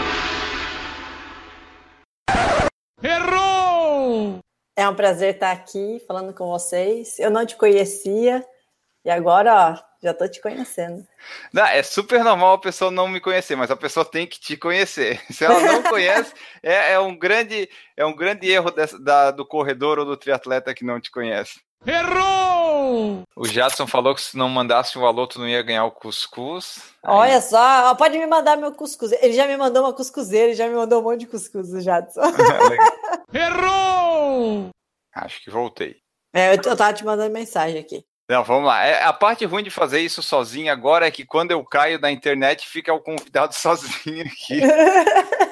Errou! É um prazer estar aqui falando com vocês. Eu não te conhecia e agora, ó, já tô te conhecendo. Não, é super normal a pessoa não me conhecer, mas a pessoa tem que te conhecer. Se ela não conhece, é, é, um, grande, é um grande erro dessa, da, do corredor ou do triatleta que não te conhece. Errou! O Jadson falou que se não mandasse o alô, tu não ia ganhar o cuscuz. Olha aí. Só, pode me mandar meu cuscuz. Ele já me mandou uma cuscuzeira, ele já me mandou um monte de cuscuz, o Jadson. Errou! Acho que voltei. É, eu, eu tava te mandando mensagem aqui. Não, vamos lá. É, a parte ruim de fazer isso sozinho agora é que quando eu caio na internet, fica o convidado sozinho aqui.